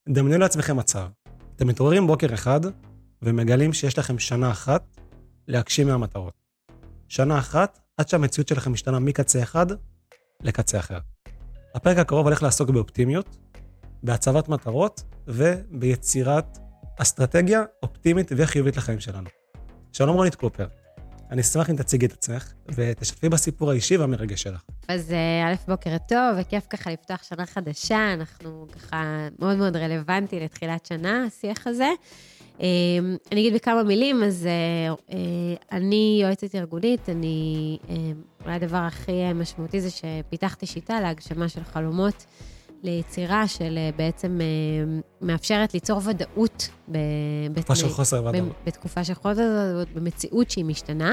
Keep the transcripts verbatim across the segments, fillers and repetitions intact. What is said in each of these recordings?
דמיינו לעצמכם מצב. אתם מתעוררים בוקר אחד, ומגלים שיש לכם שנה אחת להגשים מהמטרות. שנה אחת, עד שהמציאות שלכם משתנה מקצה אחד לקצה אחר. הפרק הקרוב הולך לעסוק באופטימיות, בהצבת מטרות, וביצירת אסטרטגיה אופטימית וחיובית לחיים שלנו. שלום רונית קופר. אני אשמח אם תציגי את עצמך, ותשתפי בסיפור האישי והמרגש שלך. אז א', בוקר טוב, וכיף ככה לפתוח שנה חדשה, אנחנו ככה מאוד מאוד רלוונטי לתחילת שנה, השיח הזה. אני אגיד בכמה מילים, אז אני יועצת ארגונית, אני, אולי הדבר הכי משמעותי זה שפיתחתי שיטה להגשמה של חלומות, ליצירה של בעצם מאפשרת ליצור ודאות. בתקופה של חוסר ודאות. בתקופה של חוסר ודאות, במציאות שהיא משתנה.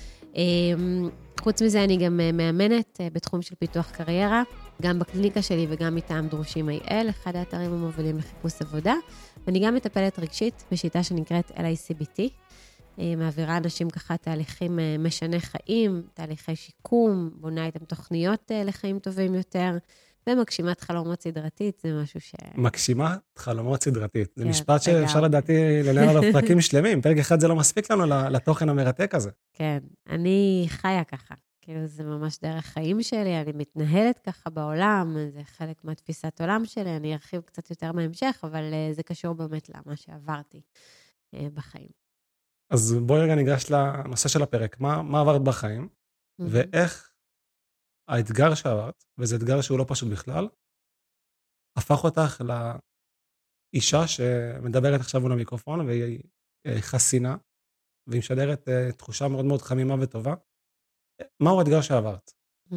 חוץ מזה אני גם מאמנת בתחום של פיתוח קריירה, גם בקליניקה שלי וגם מטעם דרושים איי אל, אחד האתרים המובילים לחיפוש עבודה, ואני גם מטפלת רגשית בשיטה שנקראת אל איי סי בי טי, מעבירה אנשים ככה תהליכים משנה חיים, תהליכי שיקום, בונה איתם תוכניות לחיים טובים יותר, ומגשימת חלומות סדרתית, זה משהו ש... מגשימת חלומות סדרתית. זה משפט שאפשר לדעתי לנהל עליו פרקים שלמים. פרק אחד זה לא מספיק לנו לתוכן המרתק הזה. כן, אני חיה ככה. כאילו זה ממש דרך חיים שלי, אני מתנהלת ככה בעולם, זה חלק מהתפיסת עולם שלי, אני ארחיב קצת יותר מהמשך, אבל זה קשור באמת למה שעברתי בחיים. אז בואי רגע ניגש לנושא של הפרק. מה, מה עברת בחיים, ואיך האתגר שעברת, וזה אתגר שהוא לא פשוט בכלל, הפך אותך לאישה שמדברת עכשיו מול המיקרופון, והיא חסינה, והיא משדרת תחושה מאוד מאוד חמימה וטובה. מהו האתגר שעברת?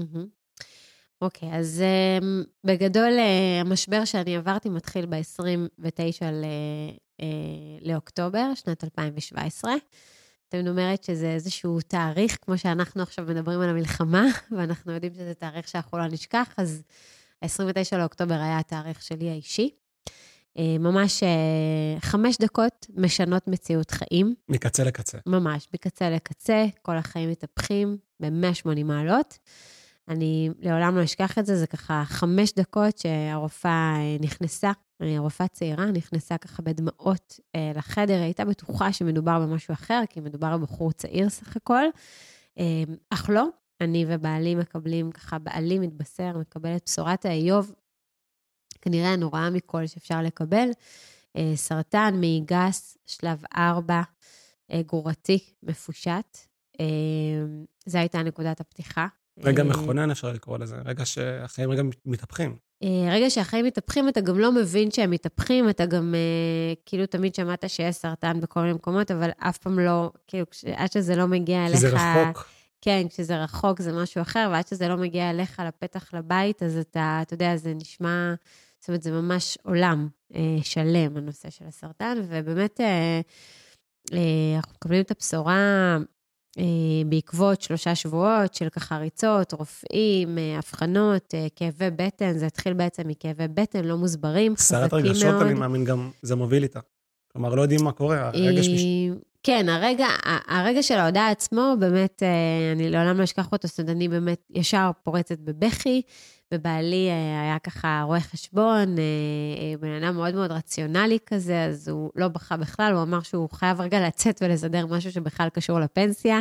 אוקיי, אז בגדול המשבר שאני עברתי מתחיל ב-עשרים ותשעה לאוקטובר, שנת אלפיים שבע עשרה. אני אומרת שזה איזשהו תאריך, כמו שאנחנו עכשיו מדברים על המלחמה, ואנחנו יודעים שזה תאריך שאנחנו לא נשכח, אז ה-עשרים ותשעה לאוקטובר היה התאריך שלי האישי. ממש חמש דקות משנות מציאות חיים. מקצה לקצה. ממש, מקצה לקצה, כל החיים מתהפכים ב-מאה ושמונים מעלות. אני לעולם לא אשכח את זה, זה ככה חמש דקות שהרופאה נכנסה, הרופאה צעירה, נכנסה ככה בדמעות לחדר, היא הייתה בטוחה שמדובר במשהו אחר, כי מדובר בבחור צעיר סך הכל, אך לא, אני ובעלי מקבלים ככה, בעלי מתבשר, מקבלת בשורת האיוב, כנראה הנוראה מכל שאפשר לקבל, סרטן, מעי גס, שלב ארבע, גרורתי, מפושט, זו הייתה נקודת הפתיחה. רגע מכונן אפשר לקרוא לזה, רגע שהחיים רגע מתהפכים. רגע שהחיים מתהפכים, אתה גם לא מבין שהם מתהפכים, אתה גם, כאילו תמיד שמעת שיש סרטן בכל מיני מקומות, אבל אף פעם לא, כאילו, עד שזה לא מגיע אליך... כשזה רחוק. כן, כשזה רחוק זה משהו אחר, ועד שזה לא מגיע אליך לפתח לבית, אז אתה, אתה יודע, זה נשמע, זאת אומרת, זה ממש עולם שלם, הנושא של הסרטן, ובאמת, אנחנו מקבלים את הבשורה... בעקבות שלושה שבועות של ככה ריצות, רופאים, הבחנות, כאבי בטן, זה התחיל בעצם מכאבי בטן, לא מוסברים, סערת רגשות, אני מאמין גם, זה מוביל איתה. כלומר, לא יודעים מה קורה, הרגש מש... כן, הרגע, הרגע של ההודעה עצמו, באמת, אני לעולם לא אשכח אותו, אז אני באמת ישר פורצת בבכי, ובעלי היה ככה רואה חשבון, בן אדם מאוד מאוד רציונלי כזה, אז הוא לא בכה בכלל, הוא אמר שהוא חייב רגע לצאת ולסדר משהו שבכלל קשור לפנסיה,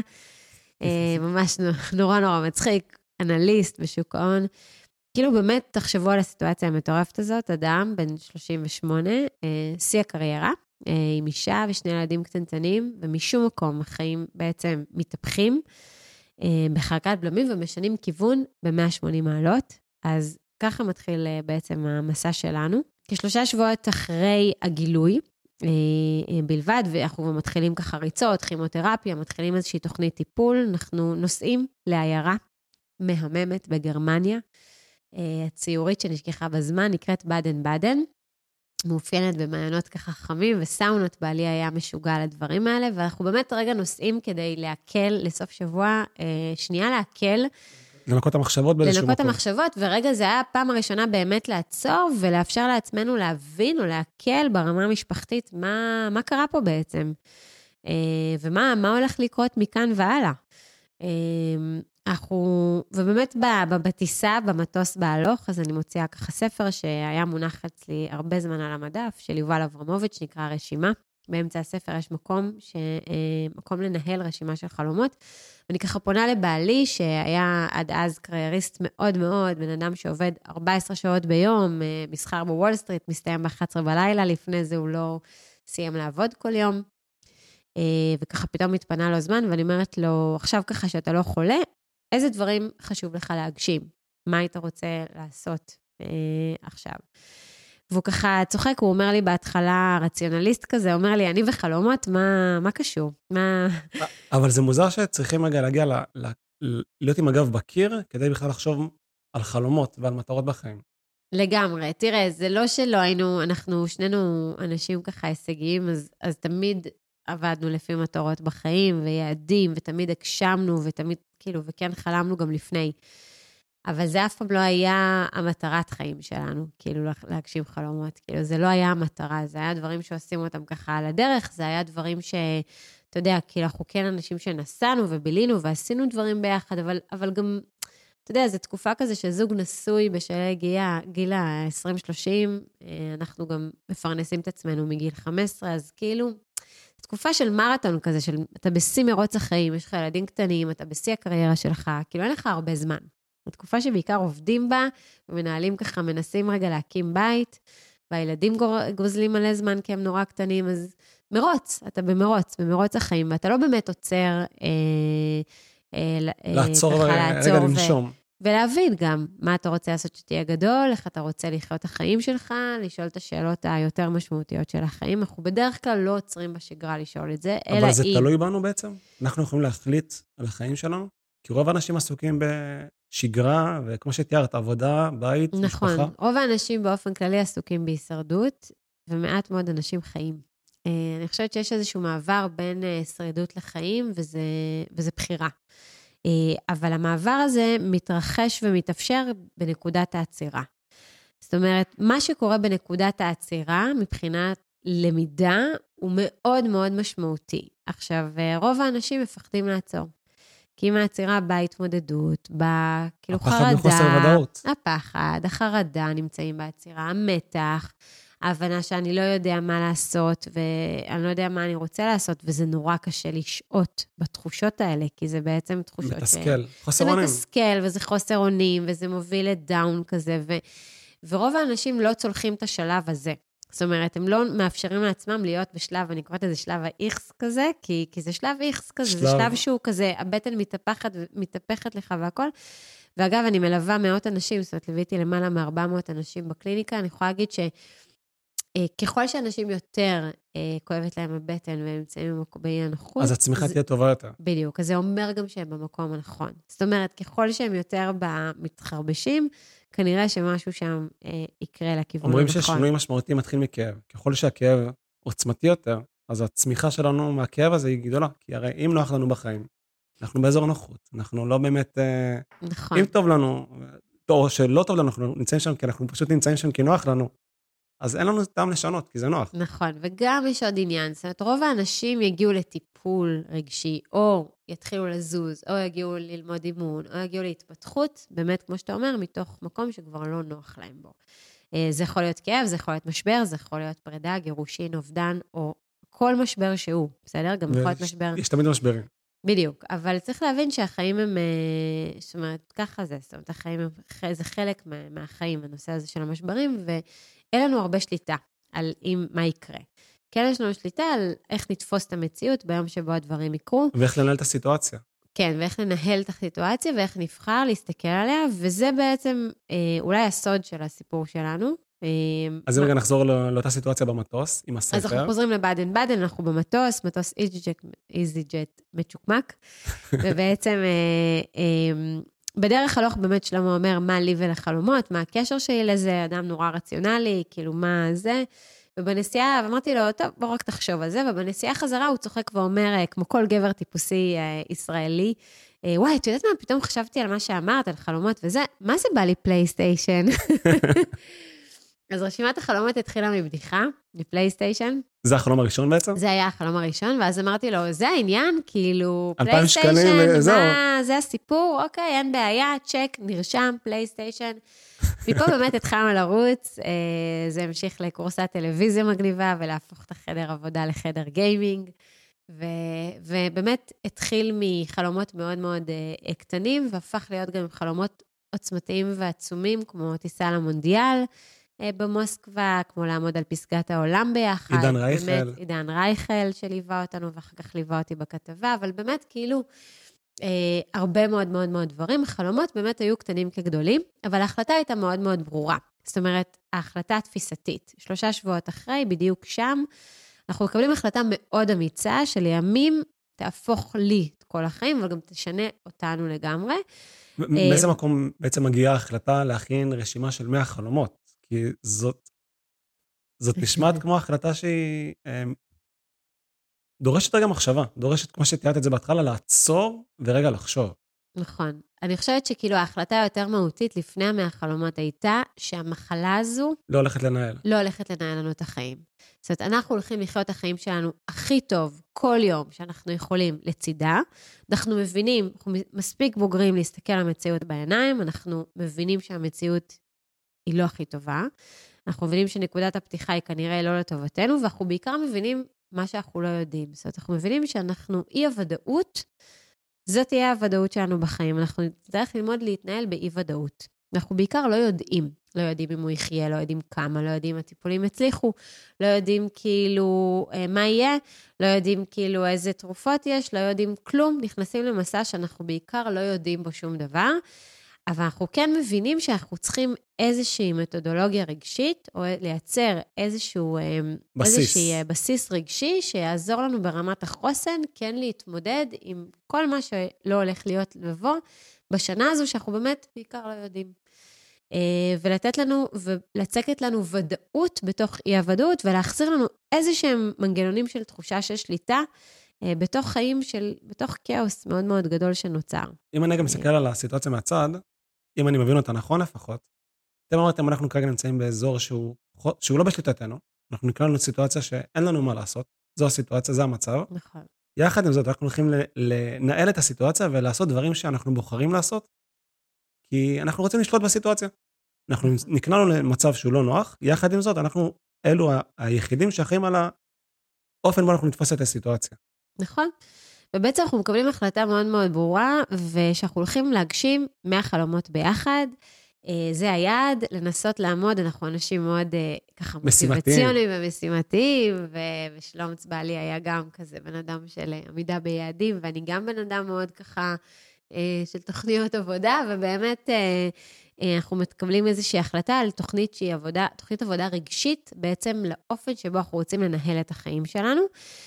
ממש נורא נורא מצחיק, אנליסט בשוק ההון, כאילו באמת תחשבו על הסיטואציה המטורפת הזאת, אדם בן שלושים ושמונה, שיא הקריירה, עם אישה ושני ילדים קטנטנים, ומשום מקום החיים בעצם מתהפכים, בחרקת בלמים ומשנים כיוון ב-מאה ושמונים מעלות, אז ככה מתחיל בעצם המסע שלנו. כשלושה שבועות אחרי הגילוי בלבד, ואנחנו מתחילים ככה ריצות, כימותרפיה, מתחילים איזושהי תוכנית טיפול, אנחנו נוסעים לעיירה מהממת בגרמניה, הציורית שנשכחה בזמן, נקראת בדן בדן, מאופיינת במעיינות ככה חמים, וסאונות בעלי היה משוגע לדברים האלה, ואנחנו באמת רגע נוסעים כדי להקל לסוף שבוע, שנייה להקל, לנקות המחשבות באיזשהו מקום. לנקות המחשבות, ורגע זה היה הפעם הראשונה באמת לעצור, ולאפשר לעצמנו להבין או להקל ברמה המשפחתית, מה, מה קרה פה בעצם, ומה מה הולך לקרות מכאן והלאה. אנחנו, ובאמת בטיסה, במטוס בהלוך, אז אני מוציאה ככה ספר שהיה מונח אצלי הרבה זמן על המדף, של יובל אברמוביץ', שנקרא רשימה. באמצע הספר יש מקום, ש... מקום לנהל רשימה של חלומות. ואני ככה פונה לבעלי, שהיה עד אז קרייריסט מאוד מאוד, בן אדם שעובד ארבע עשרה שעות ביום, מסחר בוול סטריט, מסתיים ב-אחת עשרה בלילה, לפני זה הוא לא סיים לעבוד כל יום. וככה פתאום מתפנה לו זמן, ואני אומרת לו, עכשיו ככה שאתה לא חולה, איזה דברים חשוב לך להגשים? מה היית רוצה לעשות אה, עכשיו? והוא ככה צוחק, הוא אומר לי בהתחלה, רציונליסט כזה, אומר לי, אני וחלומות, מה, מה קשור? מה... אבל זה מוזר שצריכים רגע להגיע, ל, ל, להיות עם הגב בקיר, כדי בכלל לחשוב על חלומות ועל מטרות בחיים. לגמרי. תראה, זה לא שלא היינו, אנחנו שנינו אנשים ככה הישגיים, אז, אז תמיד עבדנו לפי מטרות בחיים ויעדים, ותמיד הגשמנו, ותמיד, כאילו, וכן חלמנו גם לפני. אבל זה אף פעם לא היה המטרת חיים שלנו, כאילו, להגשים חלומות. כאילו, זה לא היה המטרה, זה היה דברים שעושים אותם ככה על הדרך, זה היה דברים ש, אתה יודע, כאילו, אנחנו כן אנשים שנסענו ובילינו ועשינו דברים ביחד, אבל, אבל גם, אתה יודע, זו תקופה כזה שזוג נשוי בשלהי גיל ה-עשרים שלושים, אנחנו גם מפרנסים את עצמנו מגיל חמש עשרה, אז כאילו, תקופה של מרתון כזה, של אתה בשיא מרוץ החיים, יש לך ילדים קטנים, אתה בשיא הקריירה שלך, כאילו אין לך הרבה זמן. התקופה שבעיקר עובדים בה, ומנהלים ככה, מנסים רגע להקים בית, והילדים גוזלים מלא זמן כי הם נורא קטנים, אז מרוץ, אתה במרוץ, במרוץ החיים, ואתה לא באמת עוצר, אה, אה, לעצור רגע לנשום. ולהבין גם מה אתה רוצה לעשות שתהיה גדול, איך אתה רוצה לחיות את החיים שלך, לשאול את השאלות היותר משמעותיות של החיים. אנחנו בדרך כלל לא עוצרים בשגרה לשאול את זה, אלא אם... אבל זה תלוי בנו בעצם? אנחנו יכולים להחליט על החיים שלנו? כי רוב האנשים עסוקים בשגרה, וכמו שתיארת, עבודה, בית, נכון. משפחה. נכון, רוב האנשים באופן כללי עסוקים בהישרדות, ומעט מאוד אנשים חיים. אני חושבת שיש איזשהו מעבר בין שרידות לחיים, וזה, וזה בחירה. אבל המעבר הזה מתרחש ומתאפשר בנקודת העצירה. זאת אומרת, מה שקורה בנקודת העצירה, מבחינת למידה, הוא מאוד מאוד משמעותי. עכשיו, רוב האנשים מפחדים לעצור. כי מהעצירה באה התמודדות, באה כאילו הפחד חרדה. הפחד מחוסר ודאות. הפחד, החרדה נמצאים בעצירה, המתח, ההבנה שאני לא יודע מה לעשות, ואני לא יודע מה אני רוצה לעשות, וזה נורא קשה לשעות בתחושות האלה, כי זה בעצם תחושות... מתסכל, ש... חוסר אונים. זה מתסכל, וזה חוסר אונים, וזה מוביל לדאון כזה, ו... ורוב האנשים לא צולחים את השלב הזה. זאת אומרת, הם לא מאפשרים לעצמם להיות בשלב, אני קוראת לזה שלב ה-X כזה, כי, כי זה שלב X כזה, שלב... זה שלב שהוא כזה, הבטן מתהפכת, מתהפכת לך והכל. ואגב, אני מלווה מאות אנשים, זאת אומרת, לוויתי למעלה מ-ארבע מאות אנשים בקליניקה, אני יכולה להגיד ש... ככל שאנשים יותר כואבת להם הבטן והם נמצאים באי הנוחות... אז הצמיחה תהיה טובה יותר. בדיוק, אז זה אומר גם שהם במקום הנכון. זאת אומרת, ככל שהם יותר מתחרבשים, כנראה שמשהו שם יקרה לכיוון הנכון. אומרים ששינוי משמעותי מתחיל מכאב. ככל שהכאב עוצמתי יותר, אז הצמיחה שלנו מהכאב הזה היא גדולה. כי הרי אם נוח לנו בחיים, אנחנו באזור נוחות. אנחנו לא באמת... נכון. אם טוב לנו, או שלא טוב לנו, אנחנו נמצאים שם, כי אנחנו פשוט נמצאים שם כי נוח לנו. אז אין לנו טעם לשנות, כי זה נוח. נכון, וגם יש עוד עניין, זאת אומרת, רוב האנשים יגיעו לטיפול רגשי, או יתחילו לזוז, או יגיעו ללמוד אימון, או יגיעו להתפתחות, באמת, כמו שאתה אומר, מתוך מקום שכבר לא נוח להם בו. זה יכול להיות כאב, זה יכול להיות משבר, זה יכול להיות פרידה, גירושין, אובדן, או כל משבר שהוא, בסדר? גם יכול להיות משבר... יש תמיד משברים. בדיוק, אבל צריך להבין שהחיים הם, זאת אומרת, ככה זה, זאת אומרת, החיים הם, זה חלק מהחיים, הנושא הזה של המשברים, ואין לנו הרבה שליטה על אם, מה יקרה. כן, יש לנו שליטה על איך נתפוס את המציאות ביום שבו הדברים יקרו. ואיך לנהל את הסיטואציה. כן, ואיך לנהל את הסיטואציה, ואיך נבחר להסתכל עליה, וזה בעצם אולי הסוד של הסיפור שלנו. אז אם רגע נחזור לאותה סיטואציה במטוס, עם הספר. אז אנחנו חוזרים לבאדן באדן, אנחנו במטוס, מטוס איזי ג'ט מצ'וקמק, ובעצם בדרך הלוך באמת שלמה אומר מה לי ולחלומות, מה הקשר שלי לזה, אדם נורא רציונלי, כאילו מה זה, ובנסיעה, ואמרתי לו, טוב, בוא רק תחשוב על זה, ובנסיעה חזרה הוא צוחק ואומר, כמו כל גבר טיפוסי ישראלי, וואי, את יודעת מה, פתאום חשבתי על מה שאמרת, על חלומות וזה, מה זה בא לי פלייסטיישן? אז רשימת החלומות התחילה מבדיחה, מפלייסטיישן. זה החלום הראשון בעצם? זה היה החלום הראשון, ואז אמרתי לו, זה העניין, כאילו, אלפיים שקלים, פלייסטיישן, זהו. מה, זה הסיפור, אוקיי, אין בעיה, צ'ק, נרשם, פלייסטיישן. מפה באמת התחלנו לרוץ, אה, זה המשיך לקורסת טלוויזיה מגניבה, ולהפוך את החדר עבודה לחדר גיימינג, ו, ובאמת התחיל מחלומות מאוד מאוד אה, קטנים, והפך להיות גם חלומות עוצמתיים ועצומים, כמו טיסה למונדיאל, במוסקבה, כמו לעמוד על פסגת העולם ביחד. עידן רייכל. באמת, עידן רייכל שליווה אותנו, ואחר כך ליווה אותי בכתבה, אבל באמת כאילו, אה, הרבה מאוד מאוד מאוד דברים. חלומות באמת היו קטנים כגדולים, אבל ההחלטה הייתה מאוד מאוד ברורה. זאת אומרת, ההחלטה התפיסתית. שלושה שבועות אחרי, בדיוק שם, אנחנו מקבלים החלטה מאוד אמיצה, שלימים תהפוך לי את כל החיים, אבל גם תשנה אותנו לגמרי. באיזה מקום בעצם מגיעה ההחלטה להכין רשימה של מאה חלומות? כי זאת, זאת נשמעת כמו החלטה שהיא דורשת רגע מחשבה, דורשת, כמו שתיארת את זה בהתחלה, לעצור ורגע לחשוב. נכון. אני חושבת שכאילו ההחלטה היותר מהותית לפני המאה חלומות הייתה שהמחלה הזו לא הולכת לנהל. לא הולכת לנהל לנו את החיים. זאת אומרת, אנחנו הולכים לחיות את החיים שלנו הכי טוב כל יום שאנחנו יכולים לצידה. אנחנו מבינים, אנחנו מספיק בוגרים להסתכל על המציאות בעיניים, אנחנו מבינים שהמציאות היא לא הכי טובה. אנחנו מבינים שנקודת הפתיחה היא כנראה לא לטובתנו, ואנחנו בעיקר מבינים מה שאנחנו לא יודעים. זאת אומרת, אנחנו מבינים שאנחנו אי הוודאות, זאת תהיה הוודאות שלנו בחיים. אנחנו נצטרך ללמוד להתנהל באי ודאות. אנחנו בעיקר לא יודעים. לא יודעים אם הוא יחיה, לא יודעים כמה, לא יודעים אם הטיפולים יצליחו, לא יודעים כאילו מה יהיה, לא יודעים כאילו איזה תרופות יש, לא יודעים כלום. נכנסים למסע שאנחנו בעיקר לא יודעים בו שום דבר. אבל אנחנו כן מבינים שאנחנו צריכים איזושהי מתודולוגיה רגשית, או לייצר איזשהו בסיס. איזושהי בסיס רגשי, שיעזור לנו ברמת החוסן, כן להתמודד עם כל מה שלא הולך להיות לבוא, בשנה הזו שאנחנו באמת בעיקר לא יודעים. ולתת לנו, ולצקת לנו ודאות בתוך אי הוודאות, ולהחזיר לנו איזשהם מנגנונים של תחושה של שליטה, בתוך חיים של, בתוך כאוס מאוד מאוד גדול שנוצר. אם אני גם מסתכל על הסיטואציה מהצד, אם אני מבין אותה נכון לפחות, אתם אמרתם, אנחנו כרגע נמצאים באזור שהוא, שהוא לא בשליטתנו, אנחנו נקראנו לסיטואציה שאין לנו מה לעשות, זו הסיטואציה, זה המצב. נכון. יחד עם זאת, אנחנו הולכים לנהל את הסיטואציה ולעשות דברים שאנחנו בוחרים לעשות, כי אנחנו רוצים לשלוט בסיטואציה. אנחנו נקראנו למצב שהוא לא נוח, יחד עם זאת, אנחנו אלו היחידים שאחראים על האופן בו אנחנו נתפוס את הסיטואציה. נכון. ובעצם אנחנו מקבלים החלטה מאוד מאוד ברורה, ושאנחנו הולכים להגשים מאה חלומות ביחד. זה היעד, לנסות לעמוד, אנחנו אנשים מאוד ככה מוטיבציוניים ומשימתיים, ושלום צבאלי היה גם כזה בן אדם של עמידה ביעדים, ואני גם בן אדם מאוד ככה של תוכניות עבודה, ובאמת אנחנו מקבלים איזושהי החלטה על תוכנית שהיא עבודה, תוכנית עבודה רגשית, בעצם לאופן שבו אנחנו רוצים לנהל את החיים שלנו,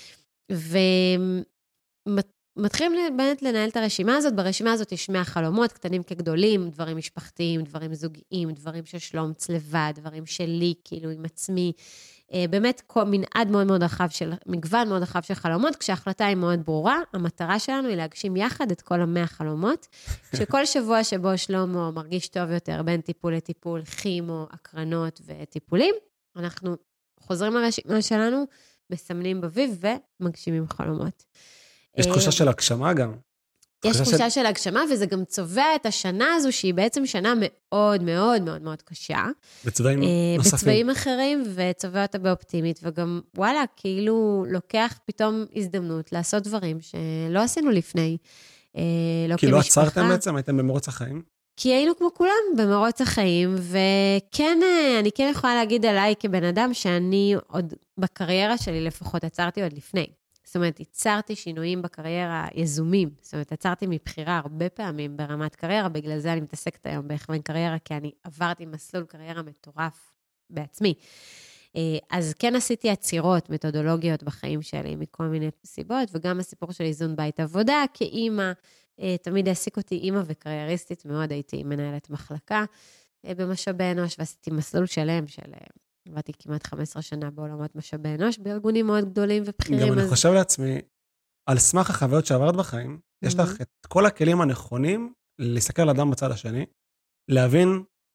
ומתחילים באמת לנהל את הרשימה הזאת. ברשימה הזאת יש מאה חלומות, קטנים כגדולים, דברים משפחתיים, דברים זוגיים, דברים של שלום לבד, דברים שלי, כאילו עם עצמי. באמת מנעד מאוד מאוד רחב של, מגוון מאוד רחב של חלומות, כשההחלטה היא מאוד ברורה, המטרה שלנו היא להגשים יחד את כל המאה חלומות, שכל שבוע שבו שלמה מרגיש טוב יותר בין טיפול לטיפול, כימו, הקרנות וטיפולים, אנחנו חוזרים לרשימה שלנו, מסמנים בביב ומגשימים חלומות. יש תחושה של הגשמה גם. יש תחושה של הגשמה, וזה גם צובע את השנה הזו, שהיא בעצם שנה מאוד מאוד מאוד מאוד קשה. בצבעים נוספים. בצבעים אחרים, וצובע אותה באופטימית, וגם וואלה, כאילו לוקח פתאום הזדמנות לעשות דברים שלא עשינו לפני. לא כי לא עצרתם בעצם, הייתם במרוץ החיים? כי היינו כמו כולם במרוץ החיים, וכן, אני כן יכולה להגיד עליי כבן אדם, שאני עוד בקריירה שלי לפחות עצרתי עוד לפני. זאת אומרת, ייצרתי שינויים בקריירה יזומים, זאת אומרת, עצרתי מבחירה הרבה פעמים ברמת קריירה, בגלל זה אני מתעסקת היום בהכוון קריירה, כי אני עברתי מסלול קריירה מטורף בעצמי. אז כן עשיתי עצירות מתודולוגיות בחיים שלי, מכל מיני סיבות, וגם הסיפור של איזון בית עבודה, כאימא, תמיד העסיק אותי אימא וקרייריסטית מאוד, הייתי מנהלת מחלקה במשאבי אנוש, ועשיתי מסלול שלם של... עבדתי כמעט חמש עשרה שנה בעולמות משאבי אנוש, בארגונים מאוד גדולים ובכירים. גם אני חושב לעצמי, על סמך החוויות שעברת בחיים, יש לך את כל הכלים הנכונים להסתכל על אדם בצד השני, להבין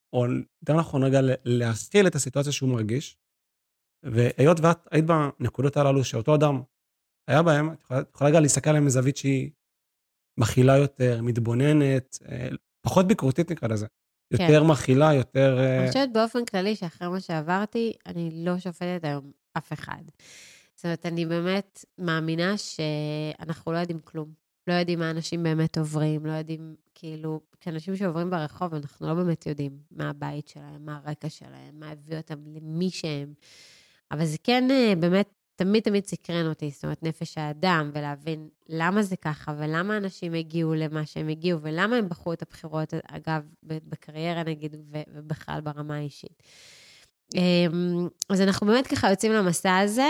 או יותר נכון רגע להכיל את הסיטואציה שהוא מרגיש, והיות ואת היית בנקודות הללו שאותו אדם היה בהם, את יכולה, את יכולה רגע להסתכל עליהם מזווית שהיא מכילה יותר, מתבוננת, פחות ביקורתית נקרא לזה. כן. יותר מכילה, יותר... אני חושבת באופן כללי שאחרי מה שעברתי, אני לא שופטת היום אף אחד. זאת אומרת, אני באמת מאמינה שאנחנו לא יודעים כלום. לא יודעים מה אנשים באמת עוברים, לא יודעים, כאילו, כשאנשים שעוברים ברחוב, אנחנו לא באמת יודעים מה הבית שלהם, מה הרקע שלהם, מה הביא אותם למי שהם. אבל זה כן באמת תמיד תמיד סקרן אותי, זאת אומרת, נפש האדם, ולהבין למה זה ככה, ולמה אנשים הגיעו למה שהם הגיעו, ולמה הם בחרו את הבחירות, אגב, בקריירה נגיד, ובכלל ברמה האישית. אז אנחנו באמת ככה יוצאים למסע הזה,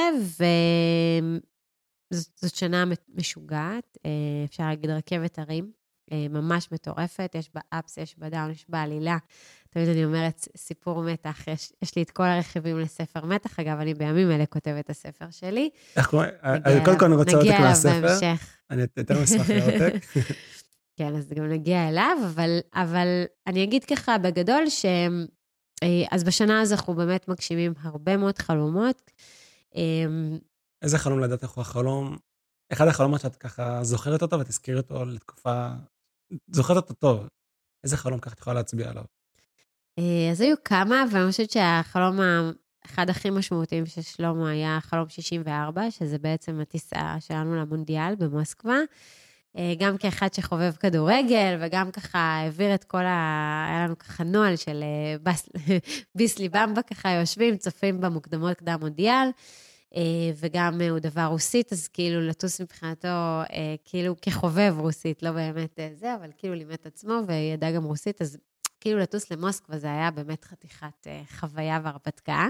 וזאת שנה משוגעת, אפשר להגיד רכבת הרים, ממש מטורפת, יש בה אפס, יש בה דאון, יש בה עלילה. תמיד אני אומרת, סיפור מתח, יש, יש לי את כל הרכיבים לספר מתח, אגב, אני בימים אלה כותבת את הספר שלי. איך קוראים? קודם כל אני רוצה עותק מהספר. נגיע אליו בהמשך. אני יותר מסמך לעותק. כן, אז גם נגיע אליו, אבל, אבל אני אגיד ככה בגדול, ש... אז בשנה הזו אנחנו באמת מגשימים הרבה מאוד חלומות. איזה חלום לדעת איך הוא החלום? אחד החלומות שאת ככה זוכרת אותו ותזכירי אותו לתקופה, זוכרת אותו טוב. איזה חלום ככה את יכולה להצביע עליו? אז היו כמה, אבל אני חושבת שהחלום אחד הכי משמעותיים של שלמה היה חלום שישים וארבע, שזה בעצם הטיסה שלנו למונדיאל במוסקבה. גם כאחד שחובב כדורגל, וגם ככה העביר את כל ה... היה לנו ככה נועל של בס... ביסלי במבה, ככה יושבים, צופים במוקדמות קדם מונדיאל, וגם הוא דבר רוסית, אז כאילו לטוס מבחינתו, כאילו כחובב רוסית, לא באמת זה, אבל כאילו לימד עצמו, וידע גם רוסית, אז כאילו לטוס למוסקבה, זה היה באמת חתיכת חוויה והרפתקה.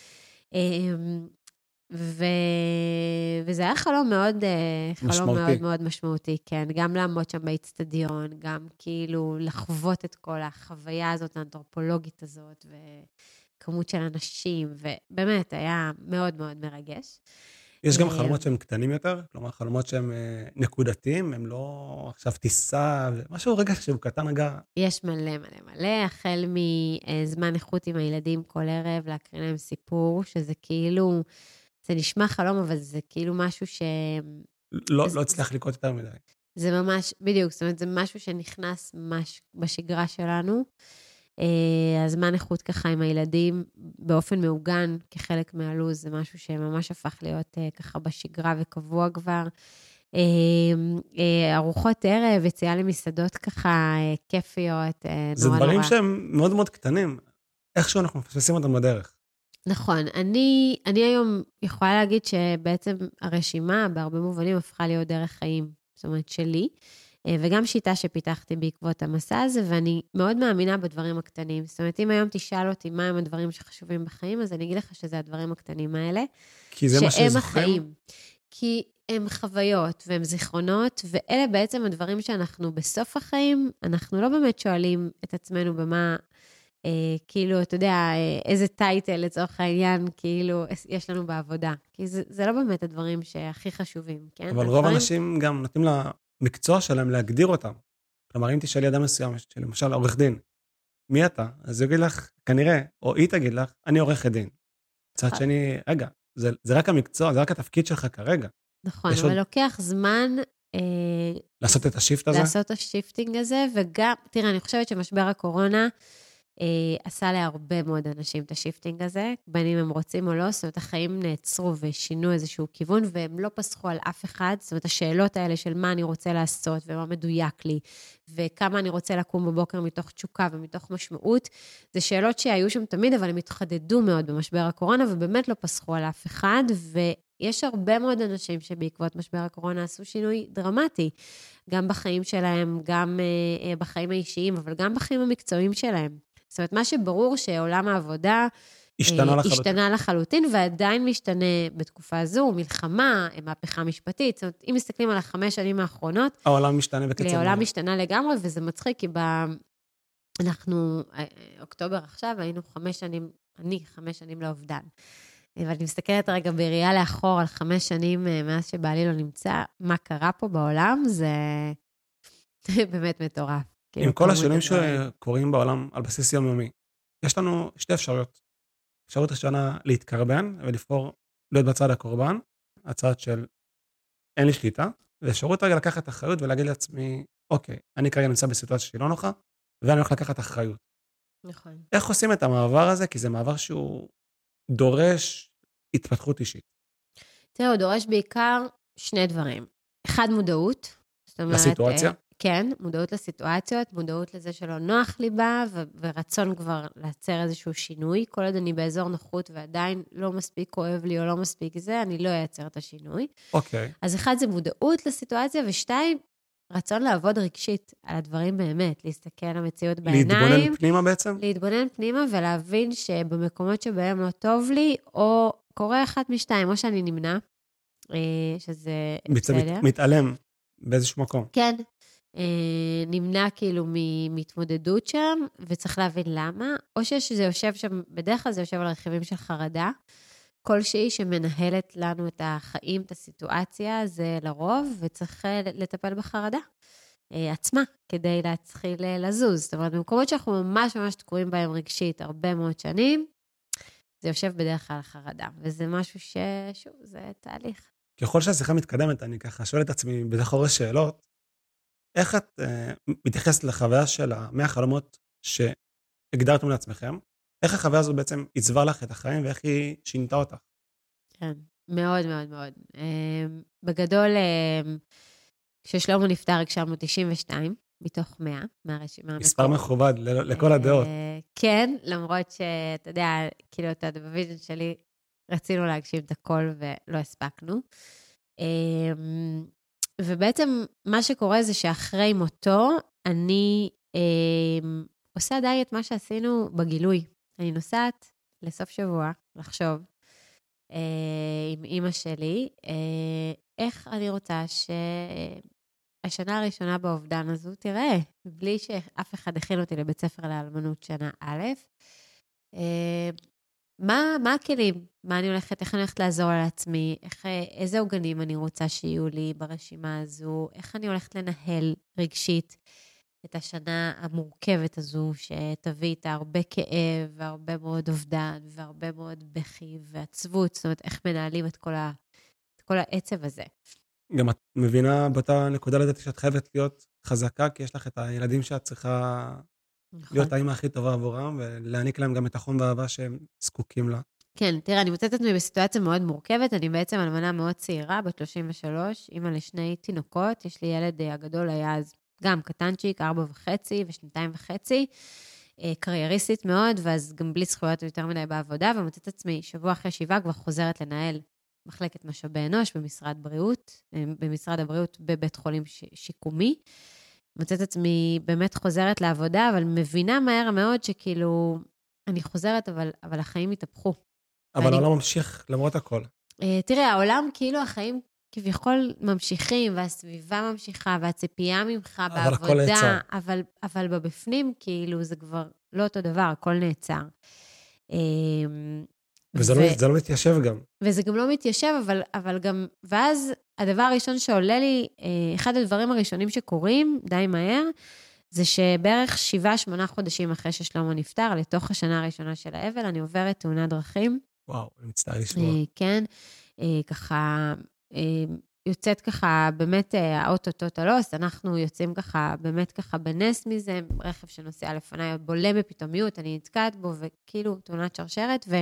ו... וזה היה חלום מאוד, חלום משמעותי. מאוד מאוד משמעותי, כן. גם לעמוד שם באצטדיון, גם כאילו לחוות את כל החוויה הזאת, האנתרופולוגית הזאת, וכמות של אנשים, ובאמת היה מאוד מאוד מרגש. יש גם חלומות שהם קטנים יותר, כלומר חלומות שהם נקודתיים, הם לא עכשיו טיסה, משהו רגע שהוא קטן רגע. יש מלא מלא מלא, החל מזמן איכות עם הילדים כל ערב, להקריא להם סיפור, שזה כאילו... זה נשמע חלום, אבל זה כאילו משהו ש... לא, לא הצליח לקרות יותר מדי. זה ממש, בדיוק, זאת אומרת, זה משהו שנכנס ממש בשגרה שלנו. הזמן איכות ככה עם הילדים, באופן מעוגן, כחלק מהלוז, זה משהו שממש הפך להיות ככה בשגרה וקבוע כבר. ארוחות ערב, יציאה למסעדות ככה כיפיות, נורא נורא. זה דברים שהם מאוד מאוד קטנים. איכשהו אנחנו מפספסים אותם בדרך. נכון, אני, אני היום יכולה להגיד שבעצם הרשימה בהרבה מובנים הפכה להיות דרך חיים, זאת אומרת שלי, וגם שיטה שפיתחתי בעקבות המסע הזה, ואני מאוד מאמינה בדברים הקטנים. זאת אומרת, אם היום תשאל אותי מה הם הדברים שחשובים בחיים, אז אני אגיד לך שזה הדברים הקטנים האלה. כי זה מה שזוכרים? החיים. כי הם חוויות והם זיכרונות, ואלה בעצם הדברים שאנחנו בסוף החיים, אנחנו לא באמת שואלים את עצמנו במה... כאילו, אתה יודע, איזה טייטל לצורך העניין, כאילו, יש לנו בעבודה. כי זה, זה לא באמת הדברים שהכי חשובים, כן? אבל רוב האנשים גם נותנים למקצוע שלהם להגדיר אותם. כלומר, אם תשאלי אדם מסוים, למשל, עורך דין, מי אתה? אז הוא יגיד לך, כנראה, או היא תגיד לך, אני עורך דין. צד שני, רגע, זה, זה רק המקצוע, זה רק התפקיד שלך כרגע. נכון, אבל עוד... לוקח זמן... לעשות את השיפט הזה? לעשות את השיפטינג הזה, וגם, תראה, אני חושבת שמשבר הקורונה, עשה להרבה מאוד אנשים את השיפטינג הזה, בין אם הם רוצים או לא, זאת אומרת, החיים נעצרו ושינו איזשהו כיוון, והם לא פסחו על אף אחד, זאת אומרת, השאלות האלה של מה אני רוצה לעשות, ומה מדויק לי, וכמה אני רוצה לקום בבוקר מתוך תשוקה ומתוך משמעות, זה שאלות שהיו שם תמיד, אבל הם התחדדו מאוד במשבר הקורונה, ובאמת לא פסחו על אף אחד, ויש הרבה מאוד אנשים שבעקבות משבר הקורונה עשו שינוי דרמטי, גם בחיים שלהם, גם בחיים האישיים, אבל גם בחיים המקצועיים שלהם. זאת אומרת, מה שברור שעולם העבודה השתנה לחלוטין. השתנה לחלוטין, ועדיין משתנה בתקופה הזו, מלחמה, מהפכה משפטית. זאת אומרת, אם מסתכלים על החמש שנים האחרונות, העולם משתנה בקצב. העולם משתנה לגמרי, וזה מצחיק, כי ב... אנחנו, אוקטובר עכשיו, היינו חמש שנים, אני חמש שנים לאובדן. ואני מסתכלת רגע בראייה לאחור על חמש שנים מאז שבעלי לא נמצא, מה קרה פה בעולם, זה באמת מטורף. עם כל השינויים שקורים בעולם על בסיס יומיומי, יש לנו שתי אפשרויות. אפשרות ראשונה להתקרבן ולבחור להיות בצד הקורבן, הצד של אין לי שליטה, ואפשרות רגע לקחת אחריות ולהגיד לעצמי, אוקיי, אני כרגע נמצא בסיטואציה שהיא לא נוחה, ואני הולך לקחת אחריות. נכון. איך עושים את המעבר הזה? כי זה מעבר שהוא דורש התפתחות אישית. תראה, הוא דורש בעיקר שני דברים. אחד, מודעות. זאת אומרת, לסיטואציה? כן, מודעות לסיטואציות, מודעות לזה שלא נוח לי בה, ו- ורצון כבר לייצר איזשהו שינוי. כל עוד אני באזור נוחות ועדיין לא מספיק כואב לי או לא מספיק זה, אני לא אייצר את השינוי. אוקיי. אז אחד, זה מודעות לסיטואציה, ושתיים, רצון לעבוד רגשית על הדברים באמת, להסתכל על המציאות בעיניים. להתבונן פנימה בעצם? להתבונן פנימה ולהבין שבמקומות שבהם לא טוב לי, או קורה אחת משתיים, או שאני נמנע, שזה בסדר. מתעלם באיזשהו מקום. כן, נמנע כאילו מתמודדות שם, וצריך להבין למה, או שזה יושב שם, בדרך כלל זה יושב על רכיבים של חרדה, כלשהי שמנהלת לנו את החיים, את הסיטואציה, זה לרוב, וצריך לטפל בחרדה עצמה, כדי להתחיל לזוז. זאת אומרת, במקומות שאנחנו ממש ממש תקועים בהם רגשית הרבה מאוד שנים, זה יושב בדרך כלל חרדה, וזה משהו ששוב, זה תהליך. ככל שהשיחה מתקדמת, אני ככה שואל את עצמי בדחור שאלות, איך את uh, מתייחסת לחוויה של המאה חלומות שהגדרתם לעצמכם? איך החוויה הזו בעצם עיצבה לך את החיים, ואיך היא שינתה אותך? כן, מאוד מאוד מאוד. Um, בגדול, um, כששלמה נפטר, הגשמנו תשעים ושתיים, מתוך מאה, מהרשימה. מספר מכובד לכל הדעות. כן, למרות שאתה יודע, כאילו, אתה בוויז'ן שלי, רצינו להגשים את הכל ולא הספקנו. ובעצם מה שקורה זה שאחרי מותו, אני עושה די את מה שעשינו בגילוי. אני נוסעת לסוף שבוע, לחשוב, עם אמא שלי, איך אני רוצה ש... השנה הראשונה באובדן הזו, תראה, בלי שאף אחד הכין אותי לבית ספר לאלמנות שנה א', מה, מה הכלים? מה אני הולכת, איך אני הולכת לעזור על עצמי? איך, איזה עוגנים אני רוצה שיהיו לי ברשימה הזו? איך אני הולכת לנהל רגשית את השנה המורכבת הזו, שתביא איתה הרבה כאב, והרבה מאוד אובדן, והרבה מאוד בכי ועצבות, זאת אומרת, איך מנהלים את כל, ה, את כל העצב הזה. גם את מבינה באותה נקודה לדעתי שאת חייבת להיות חזקה, כי יש לך את הילדים שאת צריכה נכון. להיות האמא הכי טובה עבורם, ולהעניק להם גם את החום והאהבה שהם זקוקים לה. כן, תראה, אני מוצאת את עצמי בסיטואציה מאוד מורכבת, אני בעצם אלמנה מאוד צעירה, בת שלושים ושלוש, אמא לשני תינוקות, יש לי ילד הגדול היה אז גם קטנצ'יק, ארבע וחצי ושנתיים וחצי, קרייריסטית מאוד, ואז גם בלי זכויות יותר מדי בעבודה, ומוצאת את עצמי שבוע אחרי שבעה כבר חוזרת לנהל מחלקת משאבי אנוש במשרד בריאות, במשרד הבריאות בבית חולים שיקומי. מוצאת עצמי באמת חוזרת לעבודה, אבל מבינה מהר מאוד שכאילו, אני חוזרת, אבל, אבל החיים התהפכו. אבל ואני... העולם ממשיך למרות הכל. תראה, העולם כאילו החיים כביכול ממשיכים, והסביבה ממשיכה, והציפייה ממך אבל בעבודה, הכל נעצר. אבל, אבל בבפנים כאילו זה כבר לא אותו דבר, הכל נעצר. וזה ו... לא, זה לא מתיישב גם. וזה גם לא מתיישב, אבל, אבל גם, ואז הדבר הראשון שעולה לי, אחד הדברים הראשונים שקורים, די מהר, זה שבערך שבעה, שמונה חודשים אחרי ששלמה נפטר, לתוך השנה הראשונה של האבל, אני עוברת תאונת דרכים. וואו, אני מצטער לשמוע. כן, ככה, יוצאת ככה, באמת האוטו טוטלוס, אנחנו יוצאים ככה, באמת ככה בנס מזה, רכב שנוסע לפניי, בולם בפתאומיות, אני נתקעת בו, וכאילו תאונת שרשרת, ו...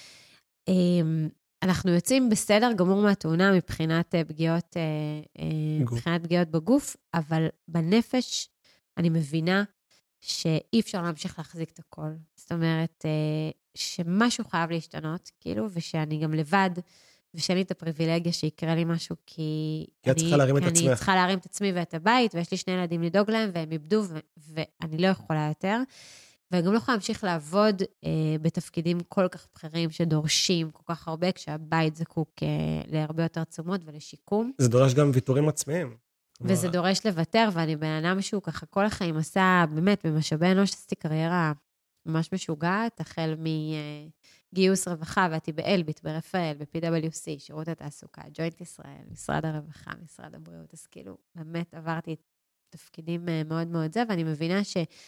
אנחנו יוצאים בסדר גמור מהתאונה מבחינת פגיעות, מבחינת פגיעות בגוף, אבל בנפש אני מבינה שאי אפשר להמשיך להחזיק את הכל. זאת אומרת, שמשהו חייב להשתנות, כאילו, ושאני גם לבד, ושאין לי את הפריבילגיה שיקרה לי משהו, כי... כי את צריכה להרים את עצמך. אני צריכה להרים את עצמי ואת הבית, ויש לי שני ילדים לדאוג להם, והם איבדו, ואני לא יכולה יותר. וגם לא יכולה להמשיך לעבוד אה, בתפקידים כל כך בכירים שדורשים כל כך הרבה, כשהבית זקוק אה, להרבה יותר תשומות ולשיקום. זה דורש גם ויתורים עצמיים. וזה דורש לוותר, ואני בן אדם שהוא ככה כל החיים עשה, באמת, במשאבי אנוש עשיתי קריירה ממש משוגעת, החל מגיוס רווחה, ואתי באלביט, ברפאל, ב-פי דאבליו סי, שירות התעסוקה, ג'וינט ישראל, משרד הרווחה, משרד הבריאות, אז כאילו, באמת עברתי תפקידים מאוד מאוד זה, ואני מבינה ש...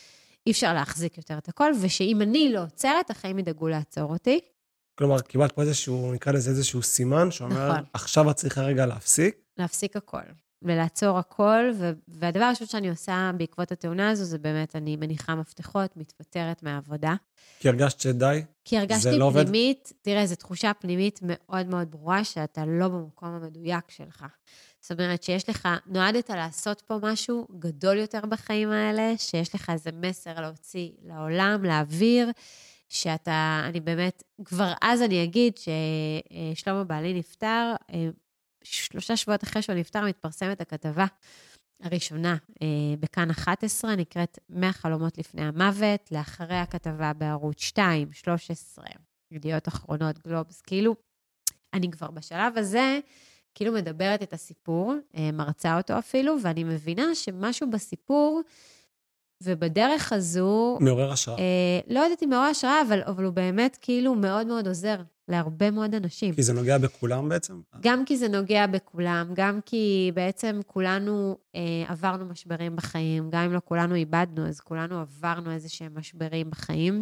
אי אפשר להחזיק יותר את הכל, ושאם אני לא עוצרת, החיים ידאגו לעצור אותי. כלומר, קיבלת פה איזשהו, נקרא לזה איזשהו סימן, שאומר, נכון. עכשיו את צריכה רגע להפסיק. להפסיק הכל, ולעצור הכל, ו- והדבר הראשון שאני עושה בעקבות התאונה הזו, זה באמת, אני מניחה מפתחות, מתפטרת מהעבודה. כי הרגשת שדי? כי הרגשתי לא פנימית, עובד? תראה, זו תחושה פנימית מאוד מאוד ברורה, שאתה לא במקום המדויק שלך. זאת אומרת שיש לך, נועדת לעשות פה משהו גדול יותר בחיים האלה, שיש לך איזה מסר להוציא לעולם, להעביר, שאתה, אני באמת, כבר אז אני אגיד ששלמה בעלי נפטר, שלושה שבועות אחרי שהוא נפטר, מתפרסמת הכתבה הראשונה בכאן אחת עשרה, נקראת מאה חלומות לפני המוות, לאחרי הכתבה בערוץ שתיים, שלוש עשרה, ידיעות אחרונות, גלובס, כאילו, אני כבר בשלב הזה, כאילו מדברת את הסיפור, מרצה אותו אפילו, ואני מבינה שמשהו בסיפור, ובדרך הזו... מעורר השראה. אה, לא יודעת אם מעורר השראה, אבל, אבל הוא באמת כאילו מאוד מאוד עוזר להרבה מאוד אנשים. כי זה נוגע בכולם בעצם? גם כי זה נוגע בכולם, גם כי בעצם כולנו אה, עברנו משברים בחיים, גם אם לא כולנו איבדנו, אז כולנו עברנו איזה שהם משברים בחיים,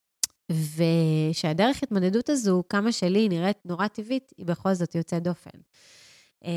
ושהדרך התמודדות הזו, כמה שלי נראית נורא טבעית, היא בכל זאת יוצאת דופן. אה,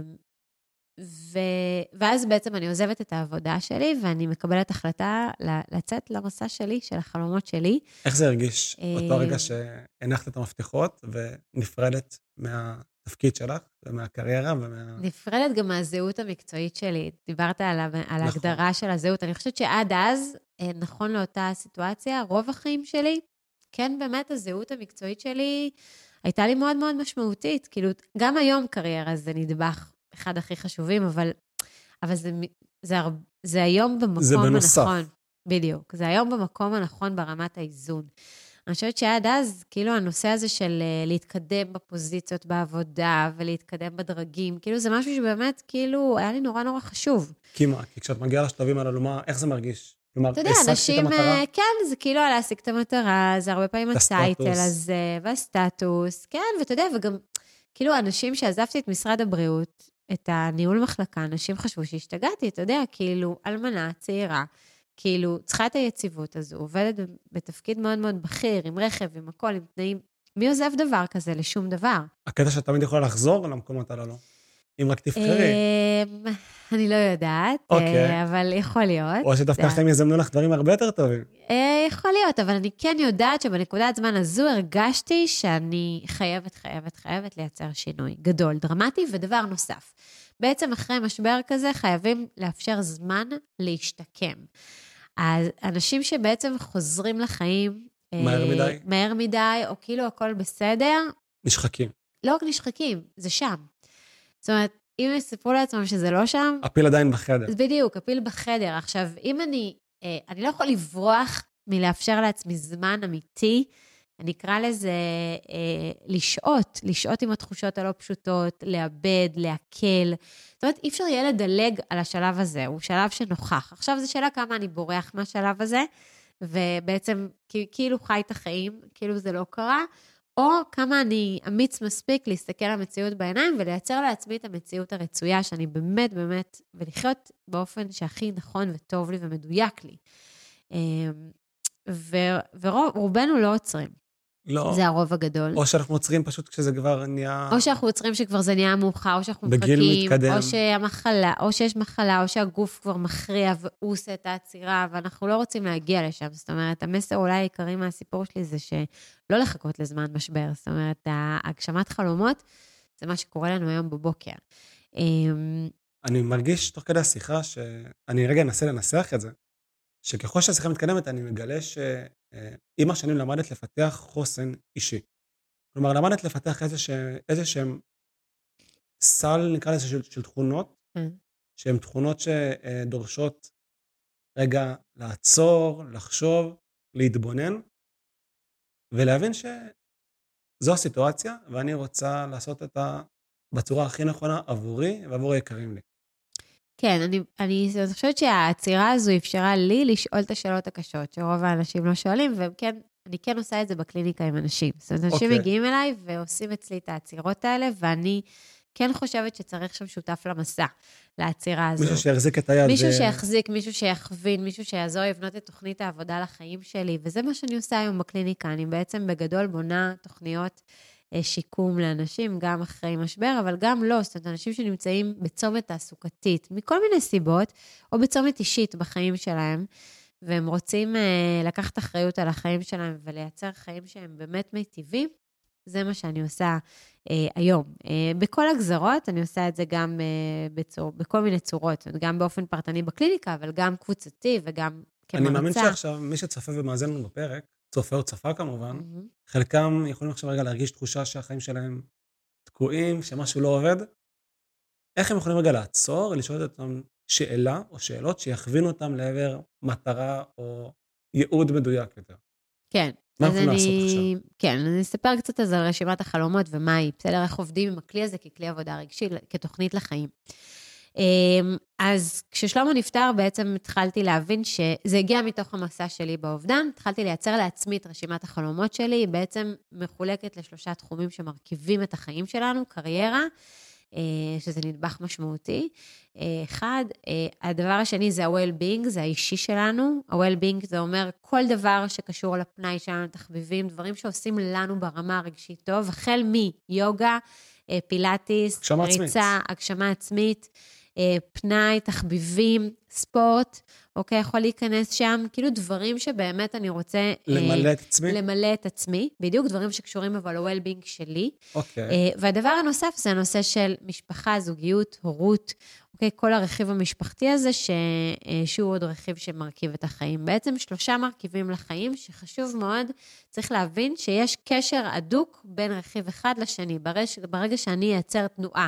ו... ואז בעצם אני עוזבת את העבודה שלי, ואני מקבלת החלטה לצאת למסע שלי, של החלומות שלי. איך זה הרגיש? אותו רגע שהנחת את המפתחות, ונפרדת מהתפקיד שלך, ומהקריירה, ומה... נפרדת גם מהזהות המקצועית שלי. דיברת על, ה... על ההגדרה של הזהות. אני חושבת שעד אז, נכון לאותה סיטואציה, רוב החיים שלי, כן באמת הזהות המקצועית שלי, הייתה לי מאוד מאוד משמעותית. כאילו, גם היום קריירה זה נדבך, אחד הכי חשובים, אבל, אבל זה, זה, זה היום במקום זה בנוסף. הנכון. בדיוק. זה היום במקום הנכון ברמת האיזון. אני חושבת שעד אז, כאילו הנושא הזה של להתקדם בפוזיציות בעבודה, ולהתקדם בדרגים, כאילו זה משהו שבאמת, כאילו, היה לי נורא נורא חשוב. כי מה? כי כשאת מגיעה לשלבים האלו, מה, איך זה מרגיש? כלומר, אתה יודע, אנשים, כן, זה כאילו להשיג את המטרה, זה הרבה פעמים הטייטל הזה, והסטטוס, כן, ואתה יודע, וגם, כאילו, האנשים שעזבתי את משרד הבריאות, את הניהול מחלקה, אנשים חשבו שהשתגעתי, אתה יודע, כאילו, אלמנה, צעירה, כאילו, צריכה את היציבות הזו, עובדת בתפקיד מאוד מאוד בכיר, עם רכב, עם הכל, עם תנאים. מי עוזב דבר כזה לשום דבר? הקטע שאת תמיד יכולה לחזור למקומות הללו, אם רק תבחרי. אני לא יודעת, אבל יכול להיות. או שדווקא לכם יזמנו לך דברים הרבה יותר טובים. יכול להיות, אבל אני כן יודעת שבנקודת זמן הזו הרגשתי שאני חייבת, חייבת, חייבת לייצר שינוי גדול, דרמטי, ודבר נוסף. בעצם אחרי משבר כזה חייבים לאפשר זמן להשתקם. אז אנשים שבעצם חוזרים לחיים... מהר מדי. מהר מדי, או כאילו הכל בסדר. נשחקים. לא רק נשחקים, זה שם. זאת אומרת, אם יספרו לעצמם שזה לא שם... הפיל עדיין בחדר. בדיוק, הפיל בחדר. עכשיו, אם אני... אני לא יכול לברוח מלאפשר לעצמי זמן אמיתי, אני אקרא לזה אה, לשעות, לשעות עם התחושות הלא פשוטות, לאבד, להקל. זאת אומרת, אי אפשר יהיה לדלג על השלב הזה, הוא שלב שנוכח. עכשיו זו שאלה כמה אני בורח מהשלב הזה, ובעצם כאילו חי את החיים, כאילו זה לא קרה, או כמה אני אמיץ מספיק להסתכל על המציאות בעיניים, ולייצר לעצמי את המציאות הרצויה, שאני באמת באמת, ולחיות באופן שהכי נכון וטוב לי ומדויק לי. ורובנו לא עוצרים. לא. זה הרוב הגדול. או שאנחנו עוצרים פשוט כשזה כבר נהיה... או שאנחנו עוצרים שכבר זה נהיה מאוחר, או שאנחנו מחכים. בגיל מתקדם. או שהמחלה, או שיש מחלה, או שהגוף כבר מכריע והוא עושה את העצירה, ואנחנו לא רוצים להגיע לשם. זאת אומרת, המסר אולי העיקרי מהסיפור שלי זה שלא לחכות לזמן משבר. זאת אומרת, הגשמת חלומות, זה מה שקורה לנו היום בבוקר. אני מרגיש תוך כדי השיחה שאני רגע אנסה לנסח את זה. שככל שהשיחה מתקדמת, אני מגלה שעם השנים למדת לפתח חוסן אישי. כלומר, למדת לפתח איזה שהם סל, נקרא לזה, של, של תכונות, שהן תכונות שדורשות רגע לעצור, לחשוב, להתבונן, ולהבין שזו הסיטואציה, ואני רוצה לעשות אותה בצורה הכי נכונה עבורי ועבור היקרים לי. כן, אני, אני חושבת שהעצירה הזו אפשרה לי לשאול את השאלות הקשות, שרוב האנשים לא שואלים, וכן, אני כן עושה את זה בקליניקה עם אנשים. זאת אומרת, אנשים okay. מגיעים אליי ועושים אצלי את העצירות האלה, ואני כן חושבת שצריך שם שותף למסע, לעצירה הזו. מישהו שיחזיק את היד. מישהו ו... שיחזיק, מישהו שיכווין, מישהו שיעזור לבנות את תוכנית העבודה לחיים שלי, וזה מה שאני עושה היום בקליניקה. אני בעצם בגדול בונה תוכניות שיקום לאנשים, גם אחרי משבר, אבל גם לא, זאת אומרת, אנשים שנמצאים בצומת תעסוקתית, מכל מיני סיבות, או בצומת אישית בחיים שלהם, והם רוצים uh, לקחת אחריות על החיים שלהם, ולייצר חיים שהם באמת מיטיבים, זה מה שאני עושה uh, היום. Uh, בכל הגזרות, אני עושה את זה גם uh, בצור, בכל מיני צורות, גם באופן פרטני בקליניקה, אבל גם קבוצתי וגם כמרצה. אני מאמין שעכשיו, מי שצפה ומאזין לנו בפרק, צופה או צפה כמובן, mm-hmm. חלקם יכולים עכשיו רגע להרגיש תחושה שהחיים שלהם תקועים, שמשהו לא עובד. איך הם יכולים רגע לעצור, לשאול אותם שאלה או שאלות שיכווינו אותם לעבר מטרה או ייעוד מדויק יותר? כן. מה יכולים לעשות עכשיו? כן, אני אספר קצת על רשימת החלומות ומה היא, בסדר, איך עובדים עם הכלי הזה ככלי עבודה רגשי, כתוכנית לחיים. אז כששלמה נפטר, בעצם התחלתי להבין שזה הגיע מתוך המסע שלי באובדן, התחלתי לייצר לעצמי את רשימת החלומות שלי, היא בעצם מחולקת לשלושה תחומים שמרכיבים את החיים שלנו, קריירה, שזה נדבך משמעותי. אחד, הדבר השני זה ה-well-being, זה האישי שלנו. ה-well-being זה אומר כל דבר שקשור לפנאי שלנו, תחביבים, דברים שעושים לנו ברמה הרגשית טוב, החל מיוגה, פילאטיס, ריצה, הגשמה עצמית, פנאי, תחביבים, ספורט, אוקיי, יכול להיכנס שם, כאילו דברים שבאמת אני רוצה... למלא את עצמי? למלא את עצמי, בדיוק דברים שקשורים אבל ל-well-being שלי. אוקיי. והדבר הנוסף זה הנושא של משפחה, זוגיות, הורות, אוקיי, כל הרכיב המשפחתי הזה, ש... שהוא עוד רכיב שמרכיב את החיים. בעצם שלושה מרכיבים לחיים, שחשוב מאוד, צריך להבין שיש קשר הדוק בין רכיב אחד לשני. ברגע, ברגע שאני אייצר תנועה,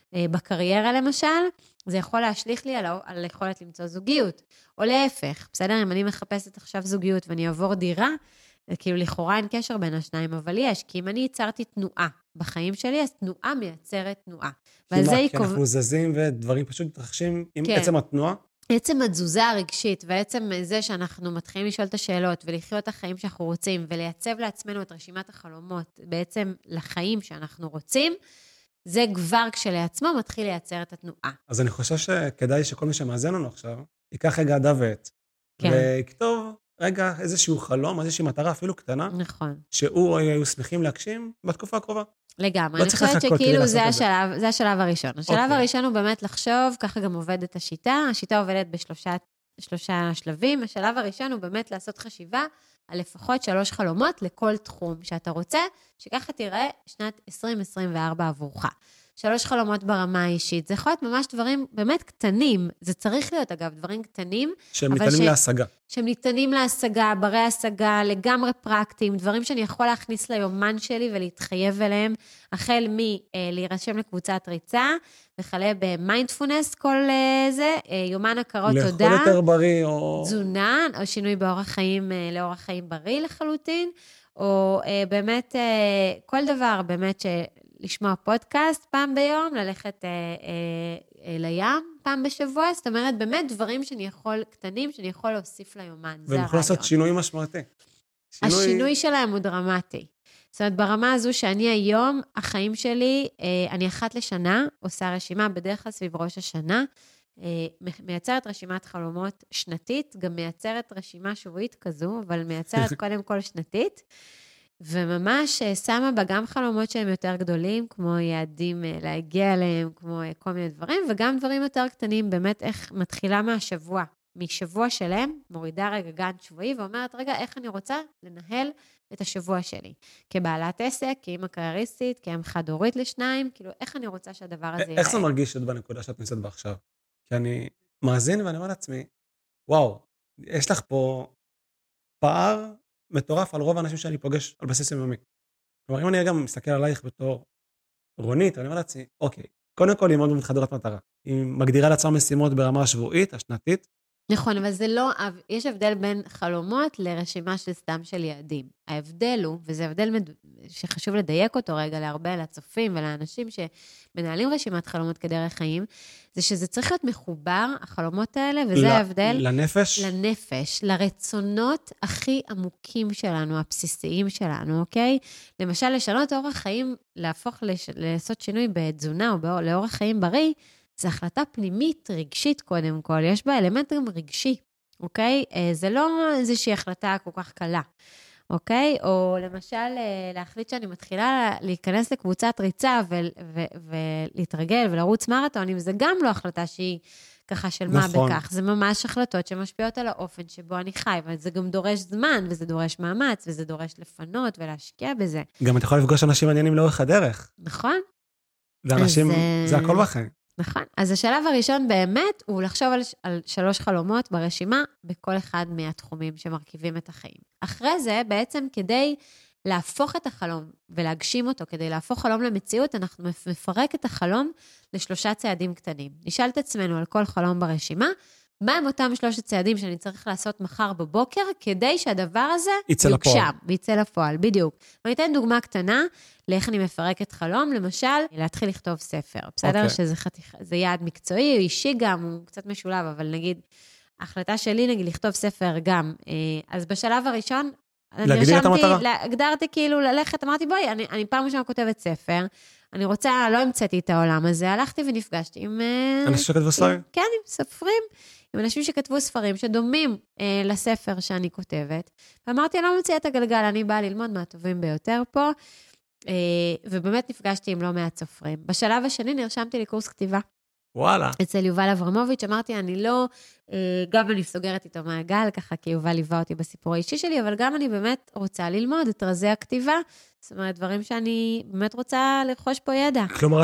בקריירה למשל, זה יכול להשליך לי על, על יכולת למצוא זוגיות, או להפך, בסדר? אם אני מחפשת עכשיו זוגיות ואני אעבור דירה, כאילו לכאורה אין קשר בין השניים, אבל יש, כי אם אני ייצרתי תנועה בחיים שלי, אז תנועה מייצרת תנועה. כמעט, כי קוב... אנחנו זזים ודברים פשוט מתרחשים עם כן. עצם התנועה. עצם התזוזה הרגשית, ועצם זה שאנחנו מתחילים לשאול את השאלות, ולחיות את החיים שאנחנו רוצים, ולייצב לעצמנו את רשימת החלומות, בעצם לחיים שאנחנו רוצים, זה כבר כשלעצמו מתחיל לייצר את התנועה. אז אני חושב שכדאי שכל מי שמאזין לנו עכשיו, ייקח רגע עדה ועט, כן. ויכתוב רגע איזשהו חלום, איזושהי מטרה אפילו קטנה, נכון. שהוא היו שמחים להגשים בתקופה הקרובה. לגמרי, אני חושבת שכאילו זה השלב, זה השלב הראשון. השלב הראשון הוא באמת לחשוב, ככה גם עובדת השיטה, השיטה עובדת בשלושה שלושה שלבים, השלב הראשון הוא באמת לעשות חשיבה, על לפחות שלוש חלומות לכל תחום שאתה רוצה, שככה תראה שנת עשרים עשרים וארבע עבורך. שלוש חלומות ברמה האישית, זה יכול להיות ממש דברים באמת קטנים, זה צריך להיות אגב דברים קטנים. שהם ניתנים ש... להשגה. שהם ניתנים להשגה, ברי השגה, לגמרי פרקטיים, דברים שאני יכול להכניס ליומן שלי ולהתחייב אליהם, החל מלהירשם לקבוצת ריצה, וכלה במיינדפולנס כל זה, יומן הכרות תודה. לאכול יותר בריא או... תזונה, או שינוי באורח חיים, לאורח חיים בריא לחלוטין, או באמת כל דבר באמת ש... לשמוע פודקאסט פעם ביום, ללכת אה, אה, לים פעם בשבוע, זאת אומרת, באמת דברים שאני יכול, קטנים, שאני יכול להוסיף ליומן, זה הרעיון. והם יכולים לעשות שינוי משמעותי. שינוי... השינוי שלהם הוא דרמטי. זאת אומרת, ברמה הזו שאני היום, החיים שלי, אה, אני אחת לשנה, עושה רשימה, בדרך כלל סביב ראש השנה, אה, מייצרת רשימת חלומות שנתית, גם מייצרת רשימה שבועית כזו, אבל מייצרת קודם כל שנתית, וממש שמה בה גם חלומות שהם יותר גדולים, כמו יעדים להגיע אליהם, כמו כל מיני דברים, וגם דברים יותר קטנים, באמת איך מתחילה מהשבוע, משבוע שלם, מורידה רגע גן שבועי, ואומרת, רגע, איך אני רוצה לנהל את השבוע שלי? כבעלת עסק, כאמא קרייריסטית, כאמא חד-הורית לשניים, כאילו, איך אני רוצה שהדבר הזה יראה? איך זה מרגיש את בנקודה שאת נמצאת בה עכשיו? כי אני מאזין ואני אומר לעצמי, וואו, יש לך פה פער מטורף על רוב האנשים שאני פוגש על בסיס יומי. כלומר, אם אני גם מסתכל עלייך בתור רונית, אני אומר לעצמי, אוקיי, קודם כל היא מאוד מתחדרת מטרה. היא מגדירה לעצמה משימות ברמה השבועית, השנתית, נכון, אבל זה לא, יש הבדל בין חלומות לרשימה של סתם של יעדים. ההבדל הוא, וזה הבדל שחשוב לדייק אותו רגע להרבה לצופים ולאנשים שמנהלים רשימת חלומות כדרך חיים, זה שזה צריך להיות מחובר, החלומות האלה, וזה ההבדל. לנפש? לנפש, לרצונות הכי עמוקים שלנו, הבסיסיים שלנו, אוקיי? למשל, לשנות אורח חיים, להפוך, לעשות שינוי בתזונה או לאורח חיים בריא, זו החלטה פנימית, רגשית קודם כל, יש בה אלמנט גם רגשי, אוקיי? זה לא איזושהי החלטה כל כך קלה, אוקיי? או למשל, להחליט שאני מתחילה להיכנס לקבוצת ריצה ו- ו- ולהתרגל ולרוץ מרתונים, זה גם לא החלטה שהיא ככה של מה נכון. בכך, זה ממש החלטות שמשפיעות על האופן שבו אני חי, וזה גם דורש זמן, וזה דורש מאמץ, וזה דורש לפנות ולהשקיע בזה. גם אתה יכול לפגוש אנשים מעניינים לאורך הדרך. נכון. ואנשים, אז, זה הכל בחיים. נכון. אז השלב הראשון באמת הוא לחשוב על, על שלוש חלומות ברשימה, בכל אחד מהתחומים שמרכיבים את החיים. אחרי זה, בעצם כדי להפוך את החלום ולהגשים אותו, כדי להפוך חלום למציאות, אנחנו מפרק את החלום לשלושה צעדים קטנים. נשאל את עצמנו על כל חלום ברשימה, מה הם אותם שלושת צעדים שאני צריך לעשות מחר בבוקר, כדי שהדבר הזה יוגשם, ויצא לפועל, בדיוק. ואני אתן דוגמה קטנה, לאיך אני מפרקת חלום, למשל, להתחיל לכתוב ספר, בסדר? Okay. שזה חתיך, זה יעד מקצועי, אישי גם, הוא קצת משולב, אבל נגיד, ההחלטה שלי, נגיד, לכתוב ספר גם. אז בשלב הראשון, להגדיר את המטרה. הגדרתי כאילו ללכת, אמרתי, בואי, אני, אני פעם ראשונה כותבת ספר, אני רוצה, לא המצאתי את העולם הזה, הלכתי ונפגשתי עם... אנשים שכתבו ספרים? כן, עם ספרים, עם אנשים שכתבו ספרים שדומים אה, לספר שאני כותבת, ואמרתי, אני לא ממציאה את הגלגל, אני באה ללמוד מהטובים ביותר פה, אה, ובאמת נפגשתי עם לא מעט סופרים. בשלב השני נרשמתי לקורס כתיבה. וואלה. אצל יובל אברמוביץ', אמרתי, אני לא, גם אני סוגרת איתו מעגל, ככה כי יובל ליווה אותי בסיפור האישי שלי, אבל גם אני באמת רוצה ללמוד את רזי הכתיבה, זאת אומרת, דברים שאני באמת רוצה לרכוש פה ידע. כלומר,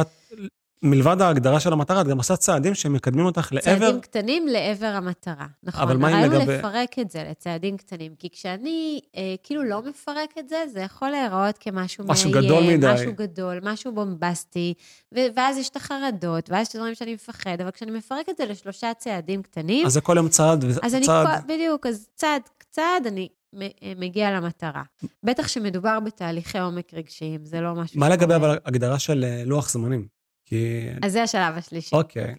מלבד ההגדרה של המטרה, את גם עושה צעדים שמקדמים אותך לעבר... צעדים קטנים לעבר המטרה. נכון, אבל מה הרעיון לגבי... לפרק את זה לצעדים קטנים, כי כשאני אה, כאילו לא מפרק את זה, זה יכול להיראות כמשהו משהו מאיים, גדול מדי. משהו גדול, משהו בומבסטי, ו- ואז יש את החרדות, ואז יש דברים שאני מפחד, אבל כשאני מפרק את זה לשלושה צעדים קטנים... אז זה כל יום צעד וצעד. אז אני כל, בדיוק, אז צעד, צעד, אני מגיע למטרה. בטח שמדובר בתהליכי עומק רגשיים, זה לא משהו... מה לגבי אבל הגדרה של לוח זמנים? כי... אז זה השלב השלישי. אוקיי.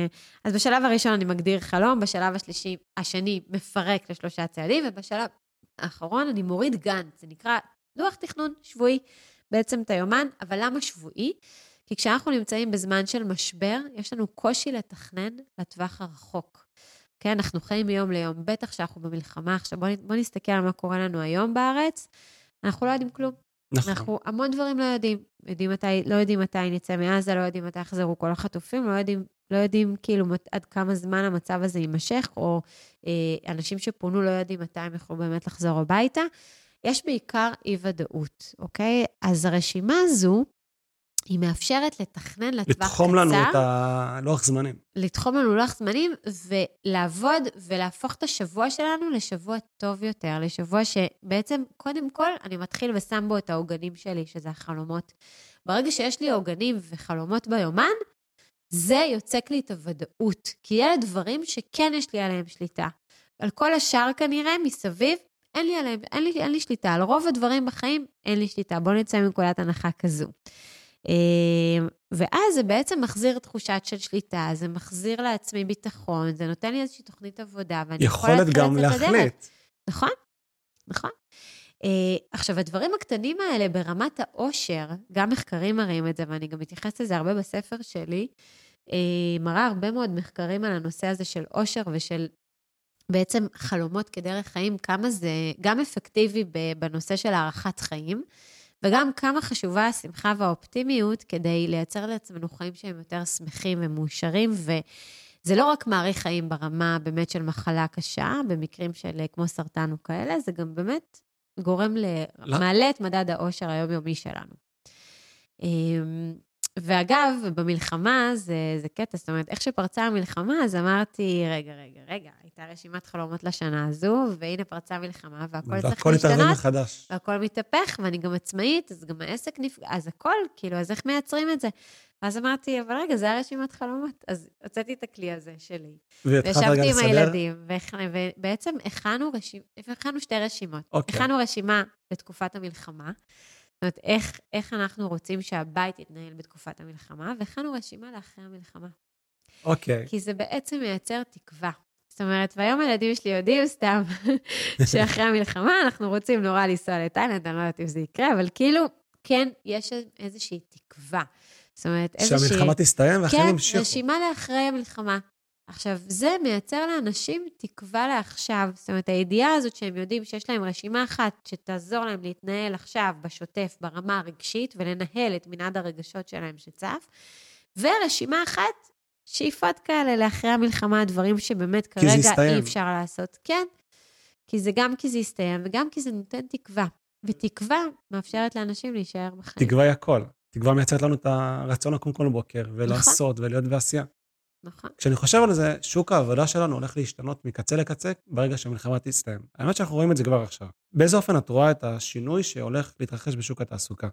אז בשלב הראשון אני מגדיר חלום, בשלב השלישי, השני מפרק לשלושה צעדים, ובשלב האחרון אני מוריד גאנט, זה נקרא לוח תכנון שבועי, בעצם את היומן, אבל למה שבועי? כי כשאנחנו נמצאים בזמן של משבר, יש לנו קושי לתכנן לטווח הרחוק. כן, אנחנו חיים מיום ליום, בטח שאנחנו במלחמה עכשיו, בוא, בוא נסתכל על מה קורה לנו היום בארץ, אנחנו לא יודעים כלום. נכון. אנחנו המון דברים לא יודעים, יודעים מתי, לא יודעים מתי נצא מעזה, לא יודעים מתי יחזרו כל החטופים, לא יודעים, לא יודעים כאילו עד כמה זמן המצב הזה יימשך, או אה, אנשים שפונו לא יודעים מתי הם יכולו באמת לחזור הביתה. יש בעיקר אי-ודאות, אוקיי? אז הרשימה הזו, היא מאפשרת לתכנן לטווח קצר. לתחום לנו את הלוח זמנים. לתחום לנו לוח זמנים, ולעבוד ולהפוך את השבוע שלנו לשבוע טוב יותר, לשבוע שבעצם, קודם כל, אני מתחיל ושם בו את העוגנים שלי, שזה החלומות. ברגע שיש לי עוגנים וחלומות ביומן, זה יוצק לי את הוודאות, כי אלה דברים שכן יש לי עליהם שליטה. על כל השאר כנראה מסביב, אין לי עליהם, אין לי, אין לי שליטה. על רוב הדברים בחיים אין לי שליטה. בואו נצא מנקודת הנחה כזו. ואז זה בעצם מחזיר תחושת של שליטה, זה מחזיר לעצמי ביטחון, זה נותן לי איזושהי תוכנית עבודה, ואני יכולת גם להחליט. נכון, נכון. עכשיו, הדברים הקטנים האלה ברמת האושר, גם מחקרים מראים את זה, ואני גם מתייחסת לזה הרבה בספר שלי, מראה הרבה מאוד מחקרים על הנושא הזה של אושר ושל בעצם חלומות כדרך חיים, כמה זה גם אפקטיבי בנושא של הערכת חיים, וגם כמה חשובה השמחה והאופטימיות כדי לייצר לעצמנו חיים שהם יותר שמחים ומאושרים, וזה לא רק מעריך חיים ברמה באמת של מחלה קשה, במקרים של כמו סרטן או כאלה, זה גם באמת גורם, מעלה את מדד האושר היומיומי שלנו. ואגב, במלחמה זה, זה קטע, זאת אומרת, איך שפרצה המלחמה, אז אמרתי, רגע, רגע, רגע, הייתה רשימת חלומות לשנה הזו, והנה פרצה המלחמה, והכל צריך להשתנות, והכל מתהפך, ואני גם עצמאית, אז גם העסק נפגע, אז הכל, כאילו, אז איך מייצרים את זה? ואז אמרתי, אבל רגע, זה הרשימת חלומות, אז הוצאתי את הכלי הזה שלי. וישבתי עם הילדים, ובעצם הכנו, רשימ... הכנו שתי רשימות. Okay. הכנו רשימה בתקופת המלחמה, זאת אומרת, איך, איך אנחנו רוצים שהבית יתנהל בתקופת המלחמה, והכנו רשימה לאחרי המלחמה. אוקיי. Okay. כי זה בעצם מייצר תקווה. זאת אומרת, והיום הילדים שלי יודעים סתם, שאחרי המלחמה אנחנו רוצים נורא לנסוע לתאילנד, אני לא יודעת אם זה יקרה, אבל כאילו, כן, יש איזושהי תקווה. זאת אומרת, איזושהי... שהמלחמה תסתיים ואחרי נמשיכו. כן, רשימה לאחרי המלחמה. עכשיו, זה מייצר לאנשים תקווה לעכשיו. זאת אומרת, הידיעה הזאת שהם יודעים שיש להם רשימה אחת שתעזור להם להתנהל עכשיו בשוטף, ברמה הרגשית, ולנהל את מנעד הרגשות שלהם שצף, ורשימה אחת, שאיפות כאלה לאחרי המלחמה, דברים שבאמת כרגע אי אפשר לעשות. כן, כי זה גם כי זה יסתיים, וגם כי זה נותן תקווה. ותקווה מאפשרת לאנשים להישאר בחיים. תקווה היא הכל. תקווה מייצרת לנו את הרצון לקום כל בוקר, ולעשות, ולהיות בעשייה. נכון. כשאני חושב על זה, שוק העבודה שלנו הולך להשתנות מקצה לקצה, ברגע שהמלחמה תסתיים. האמת שאנחנו רואים את זה כבר עכשיו. באיזה אופן את רואה את השינוי שהולך להתרחש בשוק התעסוקה?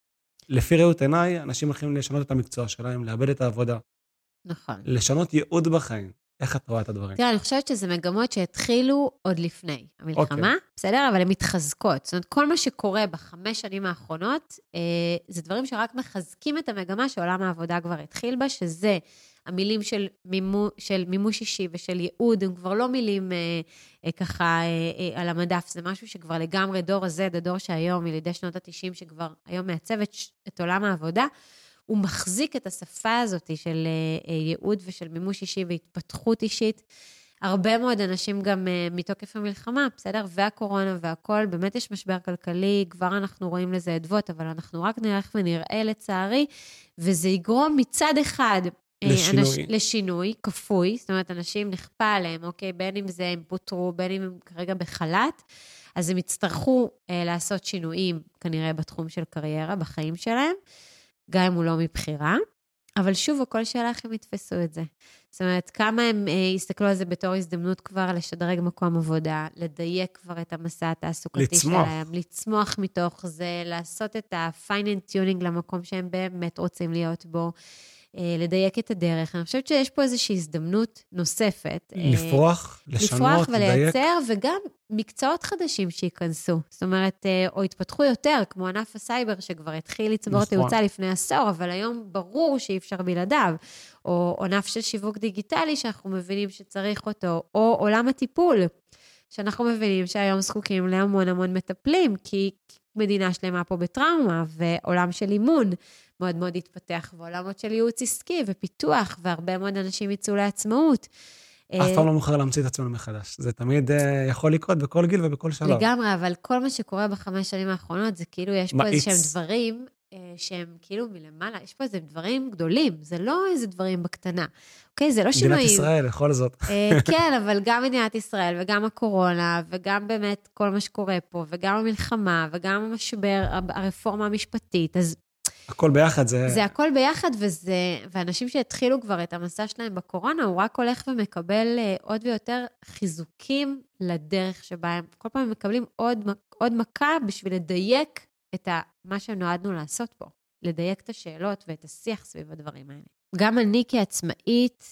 לפי ראות עיניי, אנשים הולכים לשנות את המקצוע שלהם, לאבד את העבודה. נכון. לשנות ייעוד בחיים. איך את רואה את הדברים? תראה, אני חושבת שזה מגמות שהתחילו עוד לפני המלחמה, okay. בסדר? אבל הן מתחזקות. זאת אומרת, כל מה שקורה בחמש שנים האחרונות, אה, זה דברים שרק מחזקים את המגמה שעולם העבודה כבר התחיל בה, שזה המילים של, מימו, של מימוש אישי ושל ייעוד, הם כבר לא מילים אה, אה, ככה אה, אה, על המדף, זה משהו שכבר לגמרי דור הזה, הדור שהיום, ילידי שנות ה-תשעים, שכבר היום מעצב את, את עולם העבודה, הוא מחזיק את השפה הזאת של ייעוד ושל מימוש אישי והתפתחות אישית. הרבה מאוד אנשים גם מתוקף המלחמה, בסדר? והקורונה והכל, באמת יש משבר כלכלי, כבר אנחנו רואים לזה עדבות, אבל אנחנו רק נלך ונראה לצערי, וזה יגרום מצד אחד לשינוי. אנש, לשינוי, כפוי, זאת אומרת, אנשים נכפה עליהם, אוקיי? בין אם זה הם פוטרו, בין אם הם כרגע בחל"ת, אז הם יצטרכו אה, לעשות שינויים, כנראה בתחום של קריירה, בחיים שלהם, גם אם הוא לא מבחירה, אבל שוב, הכל שאלה איך הם יתפסו את זה. זאת אומרת, כמה הם אה, יסתכלו על זה בתור הזדמנות כבר לשדרג מקום עבודה, לדייק כבר את המסע התעסוקתי לצמוח. שלהם, לצמוח מתוך זה, לעשות את ה-fine and tuning למקום שהם באמת רוצים להיות בו, אה, לדייק את הדרך. אני חושבת שיש פה איזושהי הזדמנות נוספת. לפרוח, אה, לשנות, לפרוח ולייצר, וגם מקצועות חדשים שיכנסו. זאת אומרת, או התפתחו יותר, כמו ענף הסייבר, שכבר התחיל לצבור תאוצה לפני עשור, אבל היום ברור שאי אפשר בלעדיו. או ענף של שיווק דיגיטלי, שאנחנו מבינים שצריך אותו, או עולם הטיפול, שאנחנו מבינים שהיום זקוקים להמון המון מטפלים, כי מדינה שלמה פה בטראומה, ועולם של אימון מאוד מאוד התפתח, ועולמות של ייעוץ עסקי ופיתוח, והרבה מאוד אנשים יצאו לעצמאות. אף פעם לא מוכר להמציא את עצמנו מחדש. זה תמיד יכול לקרות בכל גיל ובכל שלב. לגמרי, אבל כל מה שקורה בחמש שנים האחרונות, זה כאילו יש פה איזה שהם דברים שהם כאילו מלמעלה, יש פה איזה דברים גדולים, זה לא איזה דברים בקטנה. אוקיי, זה לא שינויים. מדינת ישראל, לכל זאת. כן, אבל גם מדינת ישראל, וגם הקורונה, וגם באמת כל מה שקורה פה, וגם המלחמה, וגם המשבר, הרפורמה המשפטית, אז הכל ביחד זה... זה הכל ביחד, וזה, ואנשים שהתחילו כבר את המסע שלהם בקורונה, הוא רק הולך ומקבל עוד ויותר חיזוקים לדרך שבה הם, כל פעם הם מקבלים עוד, עוד מכה בשביל לדייק את ה, מה שנועדנו לעשות פה, לדייק את השאלות ואת השיח סביב הדברים האלה. גם אני כעצמאית...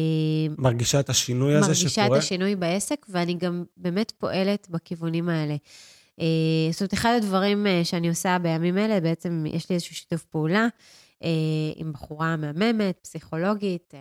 מרגישה את השינוי הזה שקורה? מרגישה את השינוי בעסק, ואני גם באמת פועלת בכיוונים האלה. זאת אומרת, אחד הדברים שאני עושה בימים האלה, בעצם יש לי איזשהו שיתוף פעולה עם בחורה מהממת, פסיכולוגית,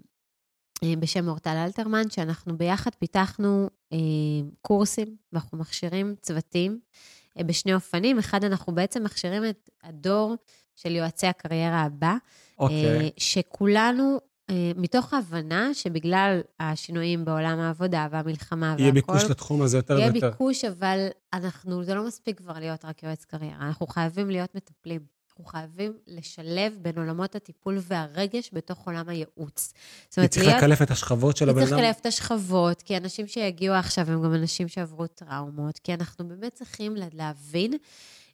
בשם אורטל אלתרמן, שאנחנו ביחד פיתחנו קורסים, ואנחנו מכשירים צוותים בשני אופנים. אחד, אנחנו בעצם מכשירים את הדור של יועצי הקריירה הבא, אוקיי. שכולנו, מתוך ההבנה שבגלל השינויים בעולם העבודה והמלחמה והכל, יהיה ביקוש לתחום הזה יותר ויותר. יהיה ביקוש, אבל אנחנו, זה לא מספיק כבר להיות רק יועץ קריירה. אנחנו חייבים להיות מטפלים. אנחנו חייבים לשלב בין עולמות הטיפול והרגש בתוך עולם הייעוץ. היא צריכה לקלף את השכבות של הבן אדם. היא צריכה לקלף את השכבות, כי אנשים שיגיעו עכשיו הם גם אנשים שעברו טראומות, כי אנחנו באמת צריכים להבין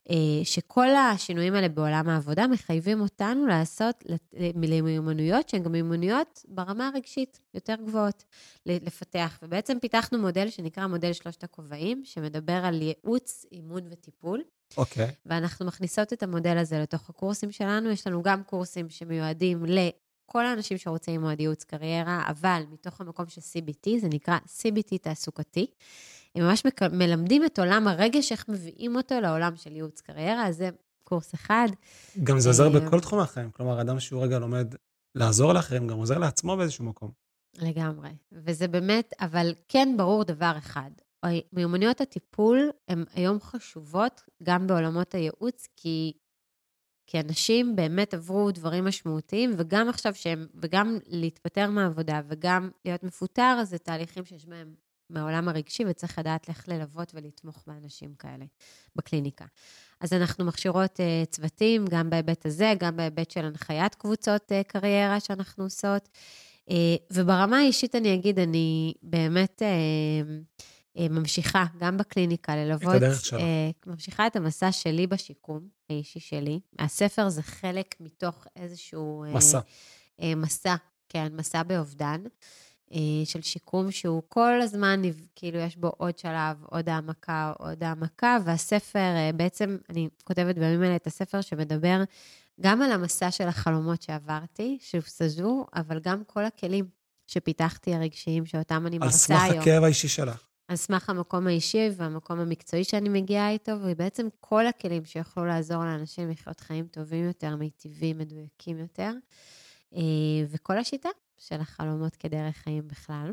שכל השינויים האלה בעולם העבודה מחייבים אותנו לעשות מיומנויות שהן גם מיומנויות ברמה הרגשית יותר גבוהות, לפתח. ובעצם פיתחנו מודל שנקרא מודל שלושת הכובעים, שמדבר על ייעוץ, אימון וטיפול. אוקיי. ואנחנו מכניסות את המודל הזה לתוך הקורסים שלנו. יש לנו גם קורסים שמיועדים לכל האנשים שרוצים ללמוד ייעוץ קריירה, אבל מתוך המקום של סי בי טי, זה נקרא סי בי טי תעסוקתי. הם ממש מלמדים את עולם הרגש, איך מביאים אותו לעולם של ייעוץ קריירה, אז זה קורס אחד. גם זה עוזר בכל תחום החיים, כלומר, אדם שהוא רגע לומד לעזור לאחרים, גם עוזר לעצמו באיזשהו מקום. לגמרי, וזה באמת, אבל כן ברור דבר אחד, מיומנויות הטיפול הן היום חשובות גם בעולמות הייעוץ, כי, כי אנשים באמת עברו דברים משמעותיים, וגם עכשיו שהם, וגם להתפטר מהעבודה, וגם להיות מפוטר, זה תהליכים שיש בהם מהעולם הרגשי, וצריך לדעת איך ללוות ולתמוך באנשים כאלה בקליניקה. אז אנחנו מכשירות uh, צוותים, גם בהיבט הזה, גם בהיבט של הנחיית קבוצות uh, קריירה שאנחנו עושות, uh, וברמה האישית אני אגיד, אני באמת uh, uh, ממשיכה, גם בקליניקה, ללוות, uh, ממשיכה את המסע שלי בשיקום, האישי שלי. הספר זה חלק מתוך איזשהו... Uh, מסע. Uh, מסע, כן, מסע באובדן. של שיקום שהוא כל הזמן, כאילו יש בו עוד שלב, עוד העמקה, עוד העמקה, והספר, בעצם אני כותבת בימים האלה את הספר שמדבר גם על המסע של החלומות שעברתי, שהופסזו, אבל גם כל הכלים שפיתחתי הרגשיים, שאותם אני מרצה היום. על סמך הכאב האישי שלך. על סמך המקום האישי והמקום המקצועי שאני מגיעה איתו, ובעצם כל הכלים שיוכלו לעזור לאנשים לחיות חיים טובים יותר, מיטיבים, מדויקים יותר, וכל השיטה. של החלומות כדרך חיים בכלל.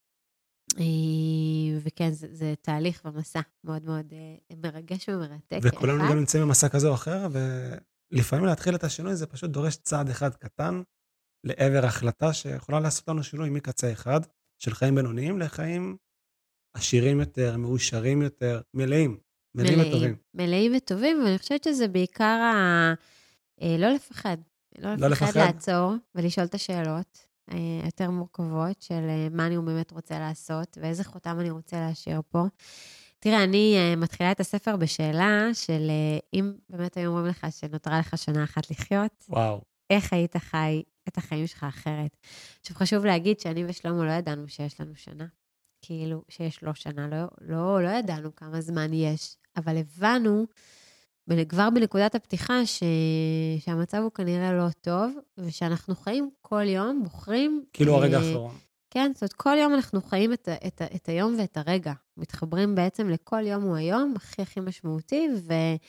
וכן, זה, זה תהליך ומסע מאוד מאוד מרגש ומרתק. וכולנו גם נמצאים במסע כזה או אחר, ולפעמים להתחיל את השינוי, זה פשוט דורש צעד אחד קטן, לעבר החלטה שיכולה לעשות לנו שינוי מקצה אחד, של חיים בינוניים לחיים עשירים יותר, מאושרים יותר, מלאים, מלאים וטובים. מלאים וטובים, ואני חושבת שזה בעיקר ה... לא לפחד. לא, לא לפחד לעצור ולשאול את השאלות. יותר מורכבות של מה אני באמת רוצה לעשות, ואיזה חותם אני רוצה להשאיר פה. תראה, אני מתחילה את הספר בשאלה של אם באמת היו אומרים לך שנותרה לך שנה אחת לחיות, וואו. איך היית חי את החיים שלך אחרת? עכשיו חשוב להגיד שאני ושלמה לא ידענו שיש לנו שנה, כאילו שיש לו שנה, לא, לא, לא ידענו כמה זמן יש, אבל הבנו, כבר בנקודת הפתיחה ש... שהמצב הוא כנראה לא טוב, ושאנחנו חיים כל יום, בוחרים... כאילו אה... הרגע האחרון. כן, זאת אומרת, כל יום אנחנו חיים את, את, את היום ואת הרגע. מתחברים בעצם לכל יום הוא היום, הכי הכי משמעותי, ו...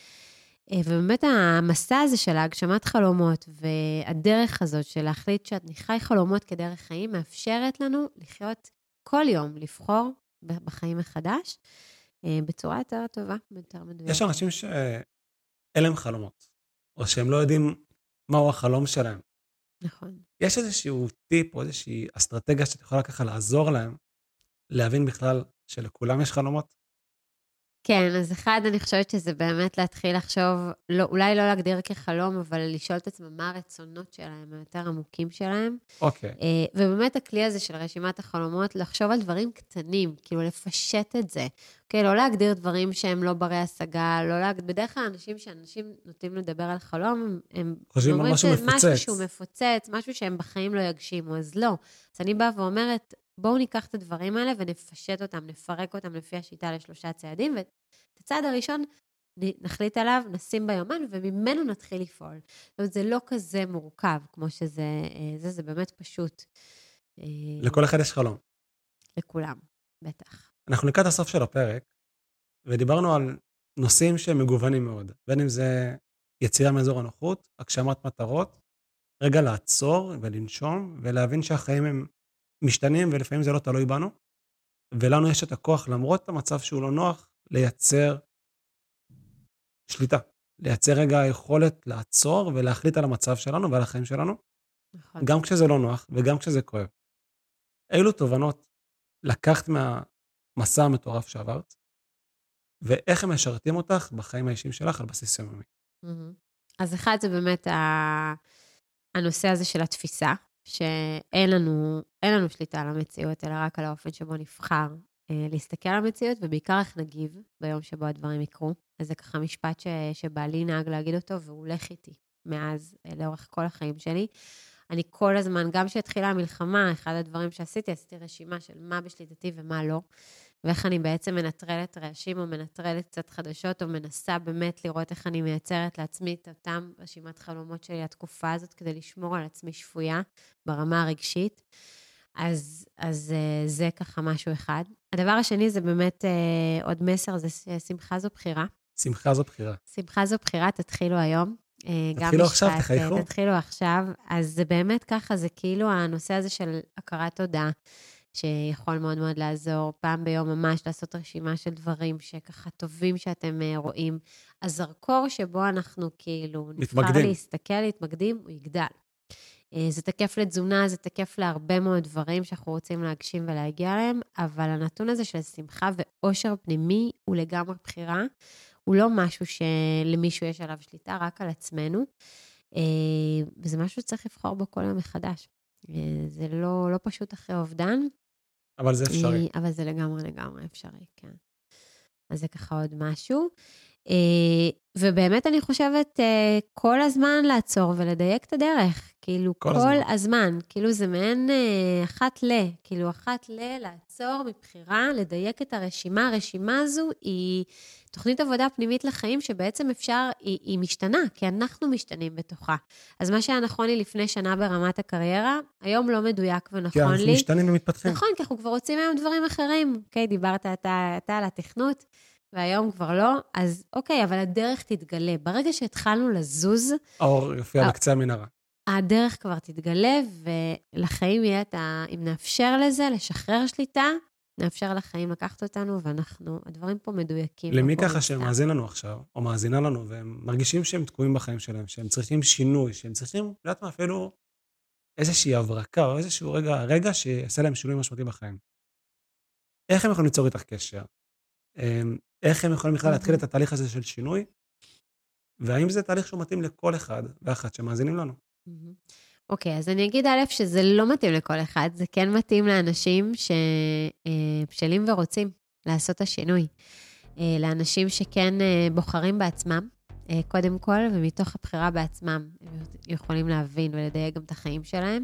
ובאמת המסע הזה של ההגשמת חלומות, והדרך הזאת של להחליט שאת נחי חלומות כדרך חיים, מאפשרת לנו לחיות כל יום, לבחור בחיים מחדש, בצורה יותר טובה, יותר מדויקת. יש אנשים ש... אין להם חלומות, או שהם לא יודעים מהו החלום שלהם. נכון. יש איזשהו טיפ או איזושהי אסטרטגיה שאת יכולה ככה לעזור להם, להבין בכלל שלכולם יש חלומות? כן, אז אחד, אני חושבת שזה באמת להתחיל לחשוב, לא, אולי לא להגדיר כחלום, אבל לשאול את עצמם מה הרצונות שלהם, היותר עמוקים שלהם. אוקיי. ובאמת הכלי הזה של רשימת החלומות, לחשוב על דברים קטנים, כאילו לפשט את זה. אוקיי, לא להגדיר דברים שהם לא ברי השגה, לא להגדיר, בדרך כלל אנשים שאנשים נוטים לדבר על חלום, הם חושבים על משהו מפוצץ. משהו שהוא מפוצץ, משהו שהם בחיים לא יגשימו, אז לא. אז אני באה ואומרת, בואו ניקח את הדברים האלה ונפשט אותם, נפרק אותם לפי השיטה לשלושה צעדים, ואת הצעד הראשון נחליט עליו, נשים ביומן, וממנו נתחיל לפעול. זאת אומרת, זה לא כזה מורכב, כמו שזה, זה, זה באמת פשוט. לכל אחד יש חלום. לכולם, בטח. אנחנו לקראת הסוף של הפרק, ודיברנו על נושאים שהם מגוונים מאוד, בין אם זה יציאה מאזור הנוחות, הגשמת מטרות, רגע לעצור ולנשום, ולהבין שהחיים הם משתנים, ולפעמים זה לא תלוי בנו, ולנו יש את הכוח, למרות המצב שהוא לא נוח, לייצר שליטה, לייצר רגע היכולת לעצור, ולהחליט על המצב שלנו ועל החיים שלנו, נכון. גם כשזה לא נוח, וגם כשזה כואב. אילו תובנות לקחת מהמסע המטורף שעברת, ואיך הם משרתים אותך בחיים האישיים שלך על בסיס יומיומי. אז אחד זה באמת הנושא הזה של התפיסה, שאין לנו, אין לנו שליטה על המציאות, אלא רק על האופן שבו נבחר להסתכל על המציאות, ובעיקר איך נגיב ביום שבו הדברים יקרו. אז זה ככה משפט ש, שבעלי נהג להגיד אותו, והוא הולך איתי מאז, לאורך כל החיים שלי. אני כל הזמן, גם כשהתחילה המלחמה, אחד הדברים שעשיתי, עשיתי רשימה של מה בשליטתי ומה לא, ואיך אני בעצם מנטרלת רעשים, או מנטרלת קצת חדשות, או מנסה באמת לראות איך אני מייצרת לעצמי את אותם רשימת חלומות שלי, התקופה הזאת, כדי לשמור על עצמי שפויה, ברמה הרגשית. אז, אז זה ככה משהו אחד. הדבר השני זה באמת עוד מסר, זה שמחה זו בחירה. שמחה זו בחירה. שמחה זו בחירה, תתחילו היום. תתחילו עכשיו, תחייכו. תתחילו עכשיו. אז זה באמת ככה, זה כאילו הנושא הזה של הכרת תודה, שיכול מאוד מאוד לעזור, פעם ביום ממש לעשות רשימה של דברים שככה טובים שאתם רואים. הזרקור שבו אנחנו כאילו נבחר להסתכל, להתמקדים, הוא יגדל. זה תקף לתזונה, זה תקף להרבה מאוד דברים שאנחנו רוצים להגשים ולהגיע אליהם, אבל הנתון הזה של שמחה ואושר פנימי הוא לגמרי בחירה, הוא לא משהו שלמישהו יש עליו שליטה, רק על עצמנו, וזה משהו שצריך לבחור בו כל יום מחדש. זה לא, לא פשוט אחרי אובדן. אבל זה אפשרי. אבל זה לגמרי לגמרי אפשרי, כן. אז זה ככה עוד משהו. ובאמת אני חושבת כל הזמן לעצור ולדייק את הדרך. כאילו כל, כל הזמן. הזמן. כאילו זה מעין אחת ל, כאילו אחת ל, לעצור מבחירה, לדייק את הרשימה. הרשימה הזו היא תוכנית עבודה פנימית לחיים שבעצם אפשר, היא, היא משתנה, כי אנחנו משתנים בתוכה. אז מה שהיה נכון לי לפני שנה ברמת הקריירה, היום לא מדויק ונכון לי. כי אנחנו משתנים ומתפתחים. נכון, כי אנחנו כבר רוצים היום דברים אחרים. אוקיי, דיברת אתה, אתה על התכנות, והיום כבר לא, אז אוקיי, אבל הדרך תתגלה. ברגע שהתחלנו לזוז... האור יופיע בקצה המנהרה. הדרך כבר תתגלה, ולחיים יהיה את ה... אם נאפשר לזה, לשחרר שליטה, נאפשר לחיים לקחת אותנו, ואנחנו, הדברים פה מדויקים. למי ככה שמאזין לנו עכשיו, או מאזינה לנו, והם מרגישים שהם תקועים בחיים שלהם, שהם צריכים שינוי, שהם צריכים, לדעת מה, אפילו איזושהי הברקה, או איזשהו רגע, רגע שיעשה להם שינוי משמעותי בחיים. איך הם יכולים ליצור איתך קשר? איך הם יכולים בכלל להתחיל את התהליך הזה של שינוי? והאם זה תהליך שהוא מתאים לכל אחד ואחת שמאזינים לנו? אוקיי, אז אני אגיד א' שזה לא מתאים לכל אחד, זה כן מתאים לאנשים שבשלים ורוצים לעשות את השינוי. לאנשים שכן בוחרים בעצמם, קודם כל, ומתוך הבחירה בעצמם, הם יכולים להבין ולדייק גם את החיים שלהם.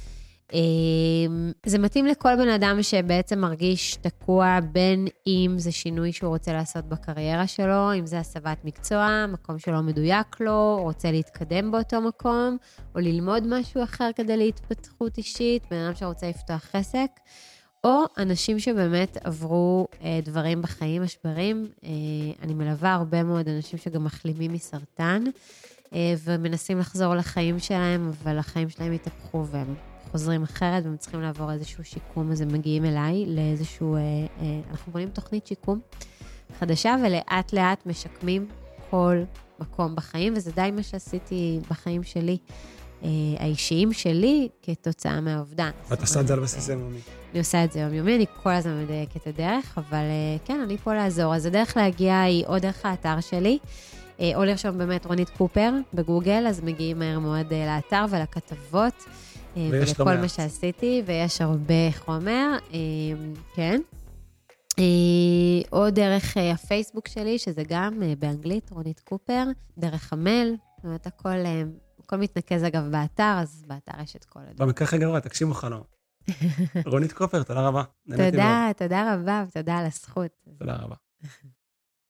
זה מתאים לכל בן אדם שבעצם מרגיש תקוע, בין אם זה שינוי שהוא רוצה לעשות בקריירה שלו, אם זה הסבת מקצוע, מקום שלא מדויק לו, רוצה להתקדם באותו מקום, או ללמוד משהו אחר כדי להתפתחות אישית, בן אדם שרוצה לפתוח עסק, או אנשים שבאמת עברו דברים בחיים, משברים. אני מלווה הרבה מאוד אנשים שגם מחלימים מסרטן, ומנסים לחזור לחיים שלהם, אבל החיים שלהם התהפכו והם חוזרים אחרת, והם צריכים לעבור איזשהו שיקום, אז הם מגיעים אליי לאיזשהו, אה, אה, אנחנו בונים תוכנית שיקום חדשה, ולאט לאט משקמים כל מקום בחיים, וזה די מה שעשיתי בחיים שלי, אה, האישיים שלי, כתוצאה מהאובדן. ואת עושה את זה על בסיס יומיומי. אני עושה את זה יומיומי, אני כל הזמן מדייקת את הדרך, אבל אה, כן, אני פה לעזור. אז הדרך להגיע היא או דרך האתר שלי, אה, או לרשום באמת רונית קופר בגוגל, אז מגיעים מהר מאוד אה, לאתר ולכתבות, ולכל מה שעשיתי, ויש הרבה חומר, כן. או דרך הפייסבוק שלי, שזה גם באנגלית, רונית קופר, דרך המייל, זאת אומרת, הכל, הכל מתנקז אגב באתר, אז באתר יש את כל הדברים. במקרה הכי גרוע, תקשיבו חלום. רונית קופר, תודה רבה. תודה, תודה רבה, ותודה על הזכות. תודה רבה.